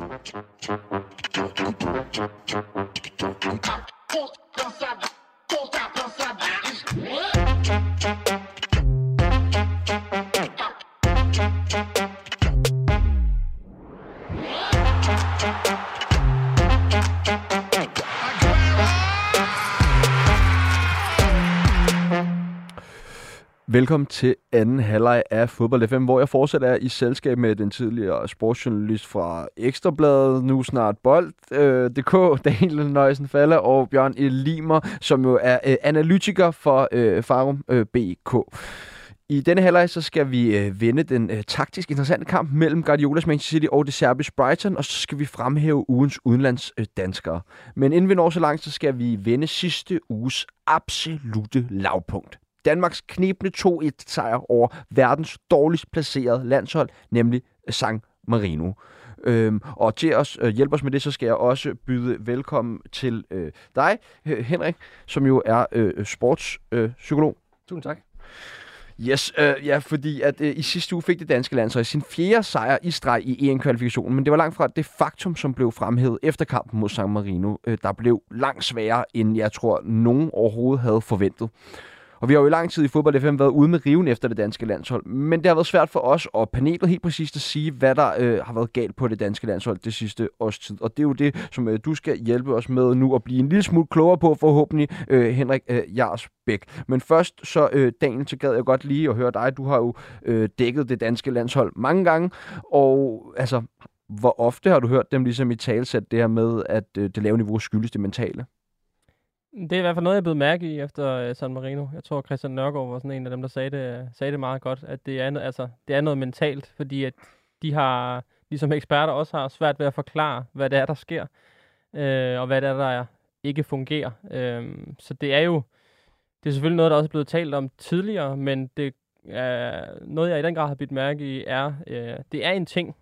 Velkommen til anden halvleg af Fodbold FM, hvor jeg fortsat er i selskab med den tidligere sportsjournalist fra Ekstrabladet, nu snart Bold.dk, Daniel Nøjsen Falder, og Bjørn Elimer, som jo er analytiker for Farum BK. I denne halvleg så skal vi vende den taktisk interessante kamp mellem Guardiolas Manchester City og det serbiske Brighton, og så skal vi fremhæve ugens udenlandsdanskere. Men inden vi når så langt, så skal vi vende sidste uges absolute lavpunkt. Danmarks knebne 2-1-sejr over verdens dårligst placerede landshold, nemlig San Marino. Og til at hjælpe os med det, så skal jeg også byde velkommen til dig, Henrik, som jo er sportspsykolog. Tusind tak. Yes, ja, fordi at i sidste uge fik det danske landshold sin 4. sejr i streg i EM-kvalifikationen, men det var langt fra det faktum, som blev fremhævet efter kampen mod San Marino, der blev langt sværere, end jeg tror, nogen overhovedet havde forventet. Og vi har jo i lang tid i Fodbold FM været ude med riven efter det danske landshold, men det har været svært for os og panelet helt præcist at sige, hvad der har været galt på det danske landshold det sidste års tid. Og det er jo det, som du skal hjælpe os med nu at blive en lille smule klogere på, forhåbentlig, Henrik Jarsbæk. Men først så, Daniel, så gad jeg godt lige at høre dig. Du har jo dækket det danske landshold mange gange, og altså, hvor ofte har du hørt dem ligesom i talesæt det her med, at det lave niveau skyldes det mentale? Det er i hvert fald noget, jeg blev mærke i efter San Marino. Jeg tror, Christian Nørgaard var sådan en af dem, der sagde det meget godt, at det er noget mentalt, fordi at de har, ligesom eksperter også har svært ved at forklare, hvad det er, der sker, og hvad det er, der ikke fungerer. Så det er selvfølgelig noget, der også er blevet talt om tidligere, men det er noget, jeg i den grad har bidt mærke i, det er en ting,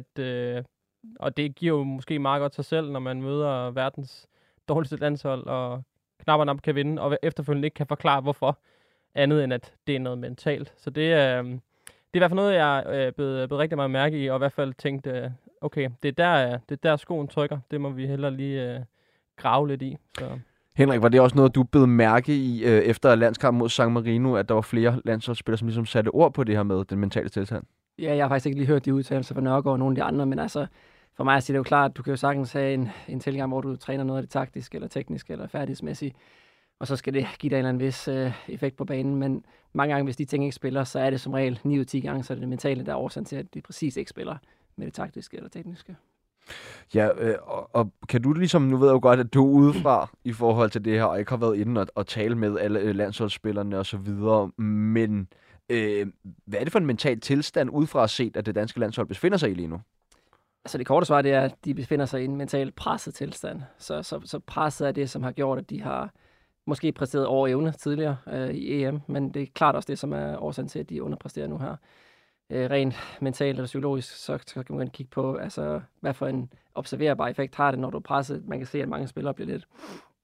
og det giver jo måske meget godt sig selv, når man møder verdens dårligste landshold, og knap kan vinde, og efterfølgende ikke kan forklare, hvorfor, andet end at det er noget mentalt. Så det er i hvert fald noget, jeg er blevet rigtig meget mærke i, og i hvert fald tænkte, okay, det er der skoen trykker. Det må vi hellere lige grave lidt i. Så. Henrik, var det også noget, du blev mærke i efter landskampen mod San Marino, at der var flere landsholdsspillere, som ligesom satte ord på det her med den mentale tilstand? Ja, jeg har faktisk ikke lige hørt de udtalelser fra Nørgaard og nogle af de andre, men altså, for mig er det jo klart, at du kan jo sagtens have en tilgang, hvor du træner noget af det taktiske, eller tekniske, eller færdighedsmæssigt, og så skal det give dig en eller anden vis effekt på banen. Men mange gange, hvis de ting ikke spiller, så er det som regel 9 ud af 10 gange, så er det mentale, der er årsagen til, at de præcis ikke spiller med det taktiske eller tekniske. Ja, og kan du ligesom, nu ved jeg jo godt, at du er udefra i forhold til det her, og ikke har været inde og tale med alle landsholdsspillerne og så videre, men hvad er det for en mental tilstand udefra set, at det danske landshold befinder sig i lige nu? Altså det korte svar, det er, at de befinder sig i en mentalt presset tilstand. Så presset er det, som har gjort, at de har måske præsteret over evne tidligere i EM, men det er klart også det, som er årsagen til, at de underpresterer nu her. Rent mentalt eller psykologisk, så kan man kigge på, altså, hvad for en observerbar effekt har det, når du er presset. Man kan se, at mange spillere bliver lidt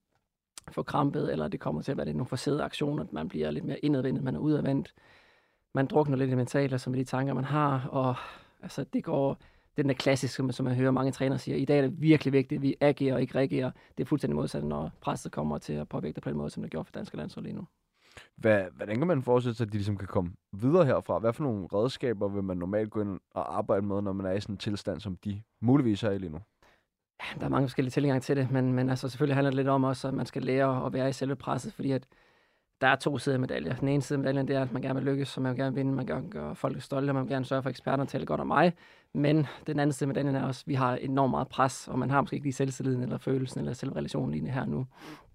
forkrampet, eller det kommer til at være lidt nogle forsædede aktioner, at man bliver lidt mere indadvendt, man er udadvendt. Man drukner lidt i mentale, som de tanker, man har, og altså, det går... Den der klassiske, som jeg hører mange trænere siger, i dag er det virkelig vigtigt, at vi agerer og ikke reagerer. Det er fuldstændig modsat, når presset kommer til at påvirke det på den måde, som det gjorde for danske landshold lige nu. Hvordan kan man forestille sig, at de ligesom kan komme videre herfra? Hvad for nogle redskaber vil man normalt gå ind og arbejde med, når man er i sådan en tilstand, som de muligvis er i lige nu? Der er mange forskellige tilgange til det, men altså selvfølgelig handler det lidt om også, at man skal lære at være i selve presset, fordi at der er 2 sider af medaljer. Den ene side af medaljen, det er, at man gerne vil lykkes, så man vil gerne vinde, man gerne gøre folk stolte, og man vil gerne sørge for, at eksperterne taler godt om mig. Men den anden side af medaljen er også, at vi har enormt meget pres, og man har måske ikke lige selvtilliden, eller følelsen, eller selvrelationen lige her nu.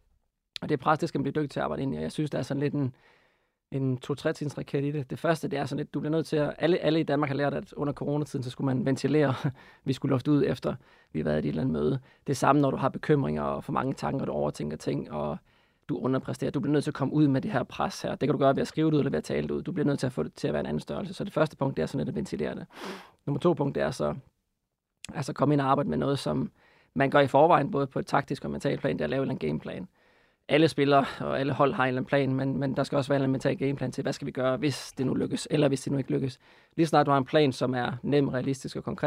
Og det pres, det skal man blive dygtig til at arbejde ind i, og jeg synes, der er sådan lidt en 2-3-tins raket i det. Det første, det er sådan lidt, du bliver nødt til at... Alle i Danmark har lært, at under coronatiden, så skulle man ventilere. Vi skulle lufte ud efter, vi har været i et eller andet møde. Det samme, når du har bekymringer og for mange tanker, og du overtænker ting, og du underpresterer. Du bliver nødt til at komme ud med det her pres her. Det kan du gøre ved at skrive det ud, eller ved at tale det ud. Du bliver nødt til at få det til at være en anden størrelse. Så det første punkt, det er sådan lidt at ventilere det. Nummer 2 punkt, det er så altså komme ind og arbejde med noget, som man gør i forvejen, både på et taktisk og mentalt plan, det er at lave en gameplan. Alle spillere og alle hold har en eller anden plan, men der skal også være en mental gameplan til, hvad skal vi gøre, hvis det nu lykkes, eller hvis det nu ikke lykkes. Lige snart du har en plan, som er nem, realistisk og konkret,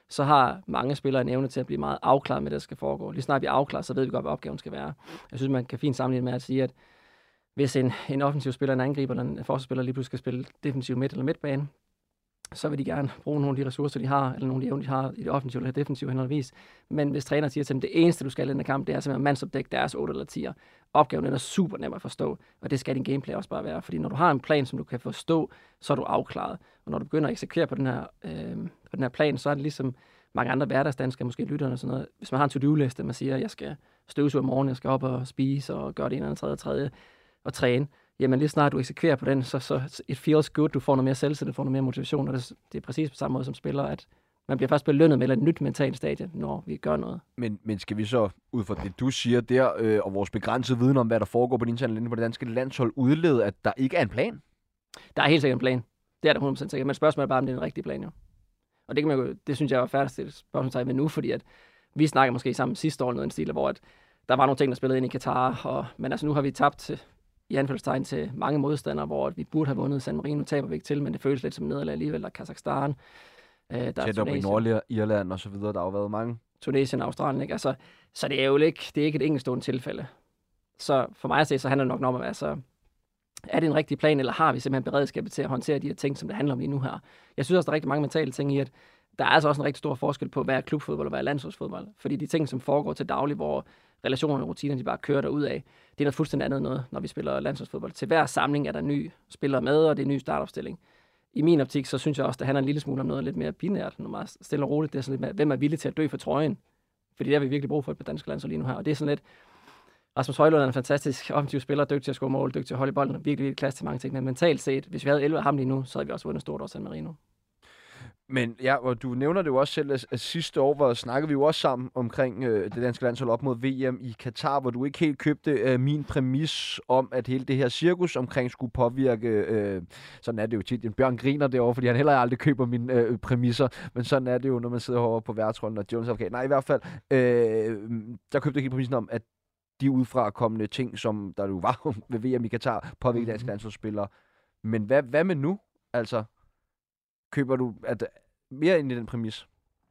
så har mange spillere en evne til at blive meget afklaret med, det der skal foregå. Lige snart vi er afklaret, så ved vi godt, hvad opgaven skal være. Jeg synes, man kan fint sammenligne med at sige, at hvis en offensiv spiller, en angriber eller en forsvarsspiller lige pludselig skal spille defensiv midt eller midtbane, så vil de gerne bruge nogle af de ressourcer, de har, eller nogle af de evner, de har i det offensive eller defensive henholdsvis. Men hvis træner siger til dem, det eneste, du skal i den her kamp, det er simpelthen mandsopdæk deres 8 eller 10'er. Opgaven er super nem at forstå, og det skal din gameplay også bare være. Fordi når du har en plan, som du kan forstå, så er du afklaret. Og når du begynder at eksekvere på den her plan, så er det ligesom mange andre hverdagsdanskere, måske lytterne og sådan noget. Hvis man har en to-do-liste, man siger, jeg skal støvsuge i morgen, jeg skal op og spise og gøre det ene eller tredje og træne, jamen lige snart du eksekverer på den, så it feels good, du får noget mere selvtillid, du får noget mere motivation, og det er præcis på samme måde som spiller, at man bliver først belønnet med et nyt mentalt stadie, når vi gør noget. Men skal vi så, ud fra det du siger der, og vores begrænsede viden om, hvad der foregår på din channel på det danske landshold, udlede, at der ikke er en plan? Der er helt sikkert en plan. Det er der 100% sikkert, men spørgsmålet er bare, om det er en rigtig plan, jo. Og det, kan man jo, det synes jeg var færdigt at stille spørgsmål med nu, fordi at vi snakker måske sammen sidste år noget i en stil, hvor at der var nogle ting, der spillede ind i Katar, men altså nu har vi tabt i anførselstegn til mange modstandere, hvor vi burde have vundet. San Marino taber vi ikke til, men det føles lidt som nederlag alligevel. Der er Kazakhstan, der er Tunesien, i Nordirland og så videre. Der har jo været mange. Tunesien og Australien, ikke? Altså, så det er jo ikke et enkeltstående tilfælde. Så for mig at se, så handler det nok om, altså, er det en rigtig plan, eller har vi simpelthen beredskabet til at håndtere de her ting, som det handler om lige nu her? Jeg synes også, der er rigtig mange mentale ting i, at der er altså også en rigtig stor forskel på, hvad er klubfodbold og hvad er landsholdsfodbold. Fordi de ting, som foregår til daglig, hvor relationerne og rutiner, de bare kører derud af, det er noget fuldstændig andet noget, når vi spiller landsholdsfodbold. Til hver samling er der nye spillere med, og det er en ny startopstilling. I min optik, så synes jeg også, det handler en lille smule om noget lidt mere binært, noget meget stille og roligt. Det er sådan lidt med, hvem er villig til at dø for trøjen? Fordi det har vi virkelig brug for på dansk landshold lige nu her. Og det er sådan lidt, Rasmus Højlund er en fantastisk offensiv spiller, dygtig til at score mål, dygtig til at holde i bolden, virkelig klasse til mange ting. Men mentalt set, hvis vi havde 11 af ham lige nu, så havde vi også vundet stort over San Marino. Men ja, og du nævner det jo også selv, at sidste år snakkede vi jo også sammen omkring det danske landshold op mod VM i Katar, hvor du ikke helt købte min præmis om, at hele det her cirkus omkring skulle påvirke, sådan er det jo tit, en Bjørn griner derovre, fordi han heller aldrig køber mine præmisser, men sådan er det jo, når man sidder herovre på værtsrollen og Jones okay. Nej, i hvert fald, der købte jeg ikke præmissen om, at de udefra kommende ting, som der jo var ved VM i Katar, påvirke danske landsholdsspillere. Men hvad med nu? Altså, køber du mere ind i den præmis?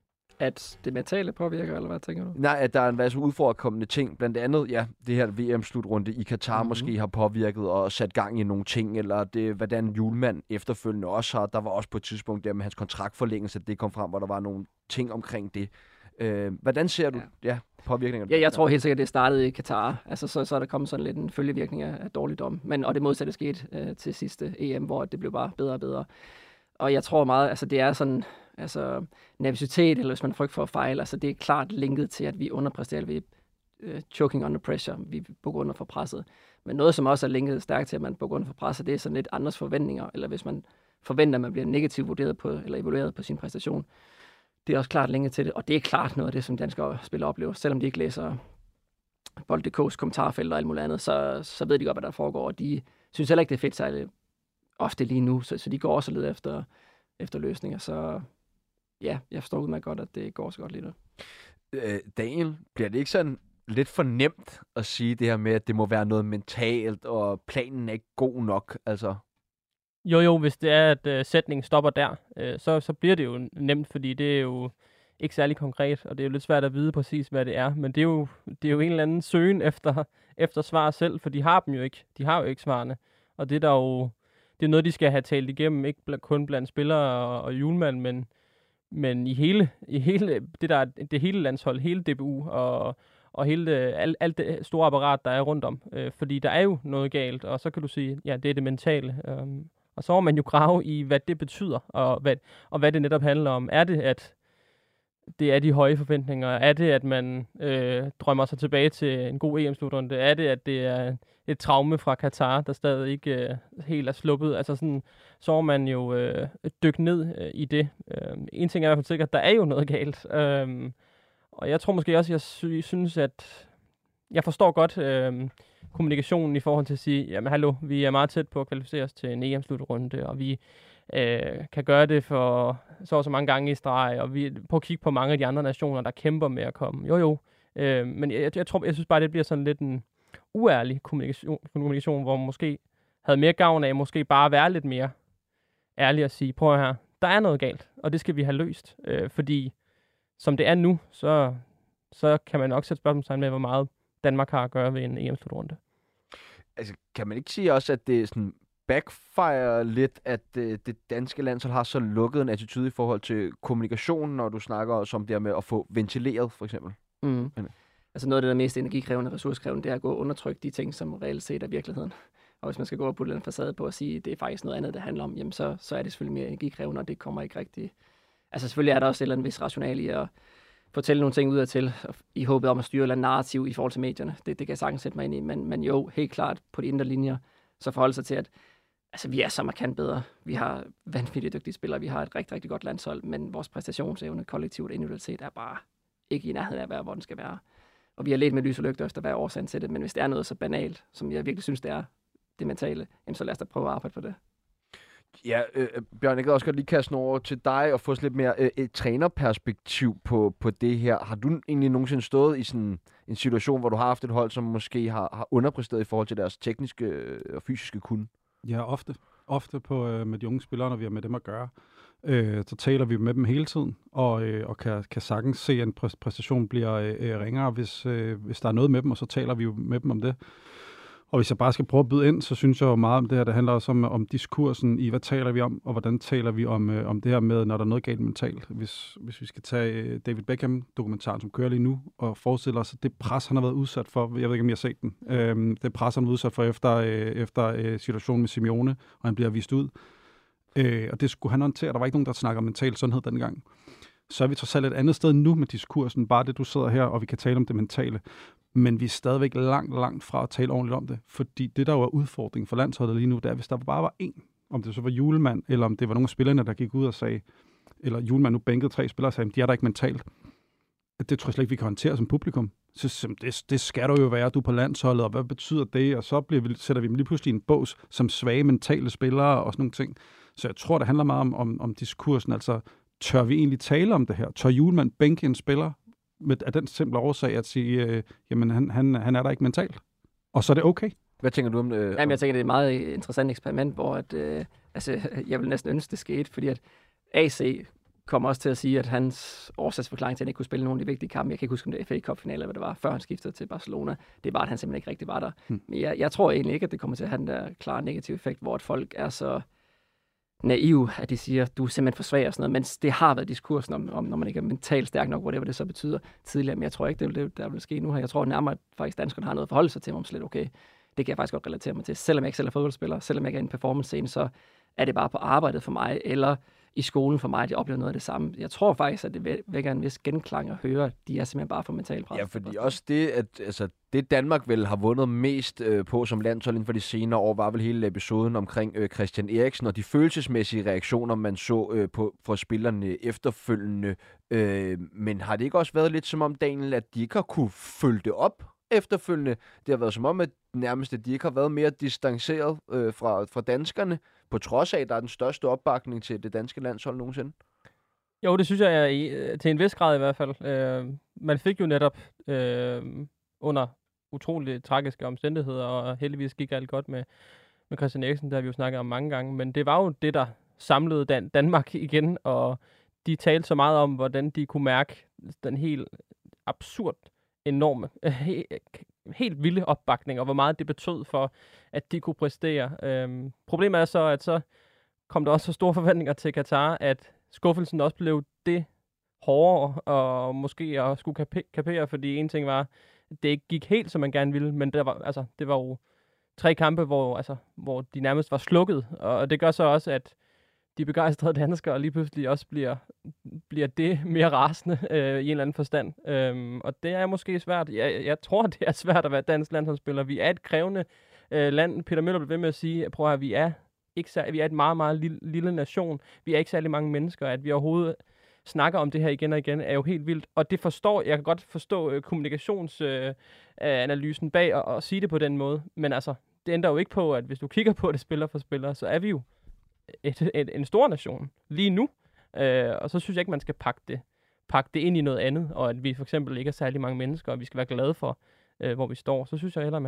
At det mentale påvirker, eller hvad tænker du? Nej, at der er en masse udfordrende ting. Blandt andet, ja, det her VM-slutrunde i Katar måske har påvirket og sat gang i nogle ting, eller det, hvordan Hjulmand efterfølgende også har. Der var også på et tidspunkt der med hans kontraktforlængelse, at det kom frem, hvor der var nogle ting omkring det. Hvordan ser du påvirkninger? Ja, jeg tror helt sikkert, det startede i Katar. Altså, så er der kommet sådan lidt en følgevirkning af dårligdom. Og det modsatte skete til sidste EM, hvor det blev bare bedre og bedre. Og jeg tror meget, altså det er sådan, altså nervøsitet, eller hvis man frygt for at fejle, altså det er klart linket til, at vi underpresterer, vi choking under pressure, vi bukker under for presset. Men noget, som også er linket stærkt til, at man bukker under for presset, det er sådan lidt andres forventninger, eller hvis man forventer, at man bliver negativt vurderet på, eller evalueret på sin præstation. Det er også klart linket til det, og det er klart noget af det, som danske spillere oplever, selvom de ikke læser Bold.dk's kommentarfelt og alt muligt andet, så ved de godt, hvad der foregår, og de synes heller ikke, det er fedt særligt ofte lige nu, så de går også lidt efter løsninger. Så ja, jeg forstår udmærket godt, at det går så godt lige nu. Daniel, bliver det ikke sådan lidt for nemt at sige det her med, at det må være noget mentalt, og planen er ikke god nok? Altså. Jo, hvis det er, at sætningen stopper der, så bliver det jo nemt, fordi det er jo ikke særlig konkret, og det er jo lidt svært at vide præcis, hvad det er. Men det er jo en eller anden søgen efter svar selv, for de har dem jo ikke. De har jo ikke svarene. Og det er der jo... Det er noget, de skal have talt igennem, ikke kun blandt spillere og Hjulmand, men i hele det hele landshold, hele DBU og hele alt det store apparat, der er rundt om. Fordi der er jo noget galt, og så kan du sige, ja, det er det mentale. Og så må man jo grave i, hvad det betyder, og hvad det netop handler om. Er det, at det er de høje forventninger? Er det, at man drømmer sig tilbage til en god EM-slutrunde? Er det, at det er et traume fra Katar, der stadig ikke helt er sluppet? Altså sådan, så må man jo dykke ned i det. En ting er i hvert fald sikkert, der er jo noget galt. Og jeg tror måske også, jeg synes, at jeg forstår godt kommunikationen i forhold til at sige, jamen hallo, vi er meget tæt på at kvalificere os til en EM-slutrunde, og vi kan gøre det for så mange gange i streg, og vi på at kigge på mange af de andre nationer, der kæmper med at komme. Jo. Men jeg synes bare, det bliver sådan lidt en uærlig kommunikation, hvor man måske havde mere gavn af, måske bare være lidt mere ærlig og sige, prøv her, der er noget galt, og det skal vi have løst, fordi som det er nu, så kan man nok sætte spørgsmålstegn med, hvor meget Danmark har at gøre ved en EM-slutrunde. Altså, kan man ikke sige også, at det sådan backfire lidt, at det danske landshold har så lukket en attitude i forhold til kommunikationen, når du snakker også om det her med at få ventileret, for eksempel? Altså noget af det, der er mest energikrævende og ressourcekrævende, det er at gå og undertrykke de ting, som reelt set er virkeligheden. Og hvis man skal gå og putte den facade på og sige, at det er faktisk noget andet, det handler om, jamen så er det selvfølgelig mere energikrævende, og det kommer ikke rigtig... Altså selvfølgelig er der også et eller andet vis rationale i at fortælle nogle ting udad til, i håbet om at styre et eller andet narrativ i forhold til medierne. Det kan jeg sagtens sætte mig ind i, men jo, helt klart på de indre linjer, så forholde sig til, at altså, vi er så markant bedre. Vi har vanvittigt dygtige spillere, vi har et rigtig, rigtig godt landshold, men vores præstationsevne, kollektivt og individualitet er bare ikke i nærheden af at være, hvor den skal være. Og vi har let med lys og lygte efter hver årsagen til det, men hvis det er noget så banalt, som jeg virkelig synes, det er det mentale, jamen så lad os da prøve at arbejde på det. Ja, Bjørn, jeg kan også godt lige kaste over til dig og få lidt mere et trænerperspektiv på det her. Har du egentlig nogensinde stået i sådan en situation, hvor du har haft et hold, som måske har underpræsteret i forhold til deres tekniske og fysiske kunde? Ja, ofte med de unge spillere, når vi har med dem at gøre. Så taler vi med dem hele tiden, og kan sagtens se, at en præstation bliver ringere, hvis der er noget med dem, og så taler vi jo med dem om det. Og hvis jeg bare skal prøve at byde ind, så synes jeg jo meget om det her, det handler også om diskursen i, hvad taler vi om, og hvordan taler vi om det her med, når der er noget galt mentalt. Hvis vi skal tage David Beckham-dokumentaren, som kører lige nu, og forestiller os, at det pres, han har været udsat for, jeg ved ikke, om I har set den, det pres, han har været udsat for efter situationen med Simeone, og han bliver vist ud. Og det skulle han håndtere. Der var ikke nogen, der snakker om mental sundhed dengang. Så er vi trods alt et andet sted nu med diskursen, bare det, du sidder her, og vi kan tale om det mentale. Men vi er stadigvæk langt fra at tale ordentligt om det. Fordi det, der jo er udfordringen for landsholdet lige nu, det er, hvis der bare var én, om det så var Julemand, eller om det var nogle af spillerne, der gik ud og sagde, eller Julemand nu bænkede 3 spillere og sagde, de er der ikke mentalt. Det tror jeg slet ikke, vi kan håndtere som publikum. Så det skal du jo være, du er på landsholdet, og hvad betyder det? Og så sætter vi dem lige pludselig i en bås som svage mentale spillere og sådan nogle ting. Så jeg tror, det handler meget om diskursen. Altså, tør vi egentlig tale om det her? Tør Julemand bænke en spiller af den simple årsag at sige, jamen han er der ikke mentalt? Og så er det okay. Hvad tænker du om det? Jamen, jeg tænker, det er et meget interessant eksperiment, hvor jeg vil næsten ønske, det skete, fordi at AC kommer også til at sige, at hans årsagsforklaring til, at han ikke kunne spille nogen af de vigtige kampe, jeg kan ikke huske, om det er FA Cup-finale, eller hvad det var, før han skiftede til Barcelona, det var, at han simpelthen ikke rigtig var der. Men jeg tror egentlig ikke, at det kommer til at have den der klare negative effekt, hvor at folk er så naive, at de siger, du er simpelthen for svag og sådan noget, mens det har været diskursen om når man ikke er mentalt stærk nok, whatever det så betyder tidligere, men jeg tror ikke, det er det, der vil ske nu her. Jeg tror nærmere, at faktisk danskerne har noget at forholde sig til, om slet okay, det kan jeg faktisk godt relatere mig til. Selvom jeg ikke selv er fodboldspiller, selvom jeg ikke er i en performance-scene, så er det bare på arbejdet for mig, eller i skolen for mig, at jeg oplever noget af det samme. Jeg tror faktisk, at det vækker en vis genklang at høre, at de er simpelthen bare for mental pres. Ja, fordi også det, at det Danmark vel har vundet mest på som landshold inden for de senere år, var vel hele episoden omkring Christian Eriksen og de følelsesmæssige reaktioner, man så for spillerne efterfølgende. Men har det ikke også været lidt som om, Daniel, at de ikke har kunne følge det op efterfølgende? Det har været som om, at nærmest at de ikke har været mere distanceret fra danskerne, på trods af, at der er den største opbakning til det danske landshold nogensinde. Jo, det synes jeg er til en vis grad i hvert fald. Man fik jo netop under utroligt tragiske omstændigheder, og heldigvis gik alt godt med Christian Eriksen, der har vi jo snakket om mange gange, men det var jo det, der samlede Danmark igen, og de talte så meget om, hvordan de kunne mærke den helt absurd enorme, helt vilde opbakning, og hvor meget det betød for, at de kunne præstere. Problemet er så, at så kom der også så store forventninger til Katar, at skuffelsen også blev det hårdere, og måske at skulle kapere, fordi en ting var, at det ikke gik helt, som man gerne ville, men det var jo 3 kampe, hvor de nærmest var slukket, og det gør så også, at de begejstrede danskere lige pludselig også bliver det mere rasende i en eller anden forstand. Og det er måske svært. Jeg tror, det er svært at være dansk landsholdsspiller. Vi er et krævende land. Peter Møller blev ved med at sige, at vi er et meget, meget lille nation. Vi er ikke særlig mange mennesker. At vi overhovedet snakker om det her igen og igen, er jo helt vildt. Og det jeg kan godt forstå kommunikationsanalysen bag og sige det på den måde. Men altså, det ændrer jo ikke på, at hvis du kigger på det spiller for spiller, så er vi jo en stor nation lige nu, og så synes jeg ikke, man skal pakke det ind i noget andet, og at vi for eksempel ikke er særlig mange mennesker, og vi skal være glade for, hvor vi står. Så synes jeg heller,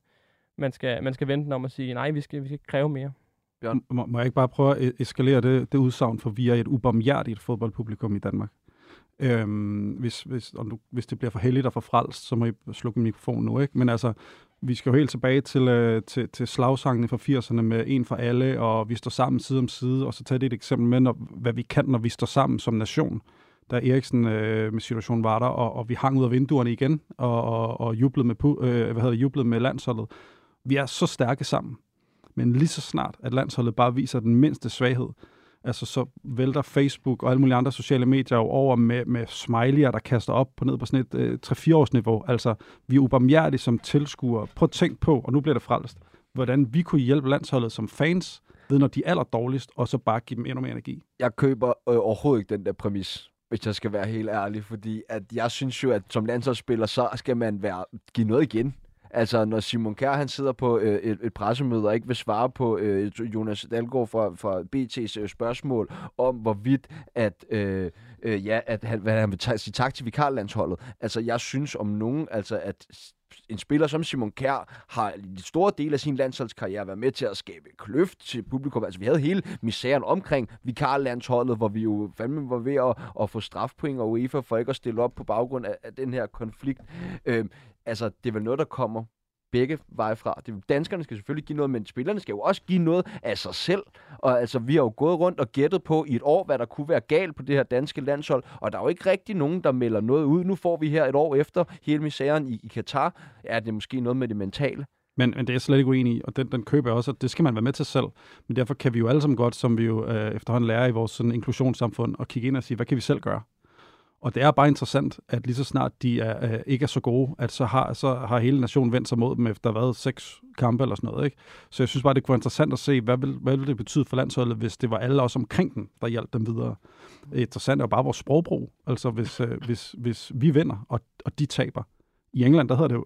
man skal vente om at sige, nej, vi skal kræve mere. Bjørn? Må jeg ikke bare prøve at eskalere det udsagn, for vi er et ubarmhjertigt fodboldpublikum i Danmark. Hvis det bliver for heldigt og for frelst, så må I slukke mikrofonen nu, ikke? Men altså, vi skal jo helt tilbage til slagsangene fra 80'erne med en for alle, og vi står sammen side om side, og så tager det et eksempel med, hvad vi kan, når vi står sammen som nation. Da Eriksen med situationen var der, og vi hang ud af vinduerne igen, og jublede med landsholdet. Vi er så stærke sammen. Men lige så snart, at landsholdet bare viser den mindste svaghed, altså så vælter Facebook og alle mulige andre sociale medier jo over med smiley'er, der kaster op ned på sådan et 3-4-års niveau. Altså, vi er ubarmhjertige som tilskuere. Prøv at tænke på, og nu bliver det frelst, hvordan vi kunne hjælpe landsholdet som fans, ved når de er allerdårligst, og så bare give dem endnu mere energi. Jeg køber overhovedet ikke den der præmis, hvis jeg skal være helt ærlig, fordi at jeg synes jo, at som landsholdsspiller, så skal man give noget igen. Altså, når Simon Kjær, han sidder på et pressemøde og ikke vil svare på Jonas Dalgaard fra BT's spørgsmål om, hvorvidt at, hvad han vil sige tak til vikarlandsholdet. Altså, jeg synes om nogen, altså, at en spiller som Simon Kjær har i store dele af sin landsholdskarriere været med til at skabe kløft til publikum. Altså, vi havde hele misæren omkring vikarlandsholdet, hvor vi jo fandme var ved at få strafpoint og UEFA for ikke at stille op på baggrund af den her konflikt. Altså, det er vel noget, der kommer begge veje fra. Danskerne skal selvfølgelig give noget, men spillerne skal jo også give noget af sig selv. Og altså, vi har jo gået rundt og gættet på i et år, hvad der kunne være galt på det her danske landshold, og der er jo ikke rigtig nogen, der melder noget ud. Nu får vi her et år efter hele misæren i Katar. Er det måske noget med det mentale? Men det er jeg slet ikke uenig i, og den køber jeg også, og det skal man være med til selv. Men derfor kan vi jo alle sammen godt, som vi jo efterhånden lærer i vores sådan, inklusionssamfund, og kigge ind og sige, hvad kan vi selv gøre? Og det er bare interessant, at lige så snart de ikke er så gode, at så har hele nationen vendt sig mod dem efter 6 kampe eller sådan noget. Ikke? Så jeg synes bare, det kunne være interessant at se, hvad vil det betyde for landsholdet, hvis det var alle os omkring den, der hjalp dem videre. Interessant er jo bare vores sprogbrug. Altså hvis vi vinder, og de taber. I England, der hedder det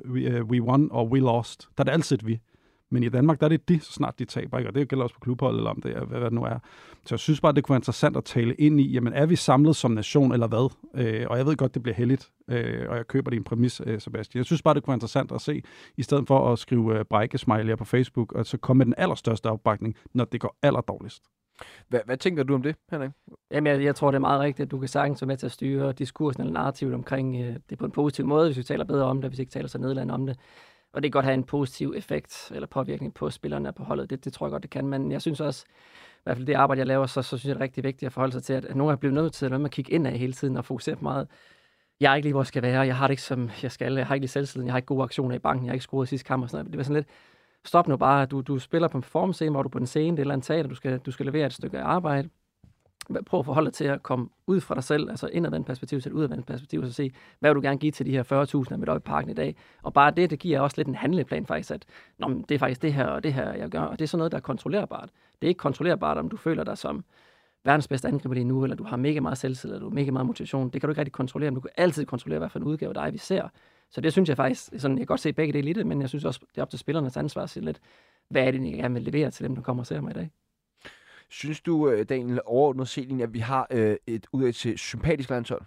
we won og we lost. Der er det altid vi. Men i Danmark, der er det de, så snart de taber, ikke? Og det gælder også på klubhold, eller om det er, hvad det nu er. Så jeg synes bare, det kunne være interessant at tale ind i, jamen er vi samlet som nation, eller hvad? Og jeg ved godt, det bliver heldigt, og jeg køber din præmis, Sebastian. Jeg synes bare, det kunne være interessant at se, i stedet for at skrive brække-smiley'er på Facebook, og så komme med den allerstørste opbakning, når det går allerdårligst. Hvad tænker du om det, Henrik? Jamen, jeg tror, det er meget rigtigt, at du kan sagtens være med til at styre diskursen eller narrativet omkring det på en positiv måde, hvis vi taler bedre om det, hvis vi ikke taler så nedladende om det. Og det kan godt have en positiv effekt eller påvirkning på spillerne på holdet. Det tror jeg godt, det kan. Men jeg synes også, i hvert fald det arbejde, jeg laver, så synes jeg, det er rigtig vigtigt at forholde sig til, at nogen er blevet nødt til at kigge indad hele tiden og fokusere på meget. Jeg er ikke lige, hvor jeg skal være. Jeg har det ikke, som jeg skal. Jeg har ikke lige selvtilliden. Jeg har ikke gode aktioner i banken. Jeg har ikke scoret sidste kamp og sådan noget. Det var sådan lidt, stop nu bare. Du spiller på en performance, hvor du på en scene, det er et eller andet teater. Du skal levere et stykke arbejde. Prøv at forholde dig til at komme ud fra dig selv, altså indadvendt perspektiv, til et udadvendt perspektiv, og så se, hvad vil du gerne give til de her 40.000, der er mødt op i parken i dag. Og bare det giver også lidt en handleplan faktisk, at det er faktisk det her og det her, jeg gør. Og det er sådan noget, der er kontrollerbart. Det er ikke kontrollerbart, om du føler dig som verdens bedste angriber lige nu, eller du har mega meget selvtillid, eller du har mega meget motivation. Det kan du ikke rigtig kontrollere, men du kan altid kontrollere, hvad for en udgave af dig vi ser. Så det synes jeg faktisk, sådan, jeg kan godt se begge dele i det, men jeg synes også, det er op til spillernes ansvar at sige lidt, hvad er det, jeg gerne vil levere til dem, der kommer og ser mig i dag. Synes du, Daniel, overordnet set, at vi har et udad til sympatisk landshold?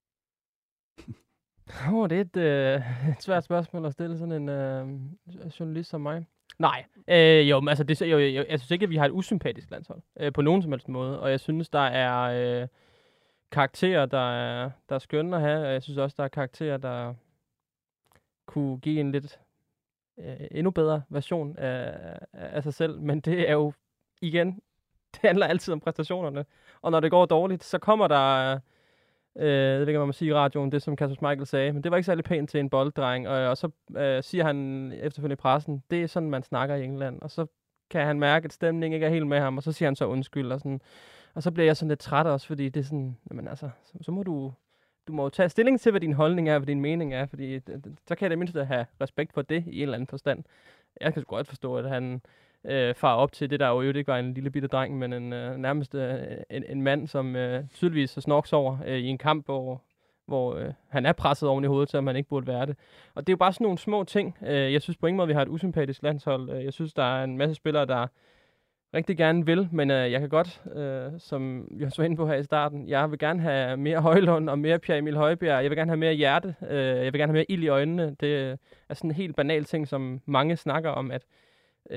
Det er et svært spørgsmål at stille sådan en journalist som mig. Nej, men altså, jeg synes ikke, at vi har et usympatisk landshold på nogen som helst måde. Og jeg synes, der er karakterer, der er skønne at have. Og jeg synes også, der er karakterer, der kunne give en lidt endnu bedre version af sig selv. Men det er jo igen... Det handler altid om præstationerne. Og når det går dårligt, så kommer der, jeg ved ikke, man må sige i radioen, det som Kasper Schmeichel sagde, men det var ikke særlig pænt til en bolddreng. Og så siger han efterfølgende i pressen, det er sådan, man snakker i England. Og så kan han mærke, at stemningen ikke er helt med ham, og så siger han så undskyld. Og så bliver jeg sådan lidt træt også, fordi det er sådan, jamen altså, så må du må jo tage stilling til, hvad din holdning er, hvad din mening er, fordi så kan jeg det mindst have respekt for det i en eller anden forstand. Jeg kan godt forstå, at han far op til det, der jo ikke var en lille bitte dreng, men nærmest en mand, som tydeligvis har snorks over i en kamp, hvor han er presset oven i hovedet, så man ikke burde være det. Og det er jo bare sådan nogle små ting. Jeg synes på ingen måde, vi har et usympatisk landshold. Jeg synes, der er en masse spillere, der rigtig gerne vil, men jeg kan godt, som jeg så inde på her i starten, jeg vil gerne have mere Højlund og mere Pierre Emil Højbjerg. Jeg vil gerne have mere hjerte. Jeg vil gerne have mere ild i øjnene. Det er sådan en helt banal ting, som mange snakker om, at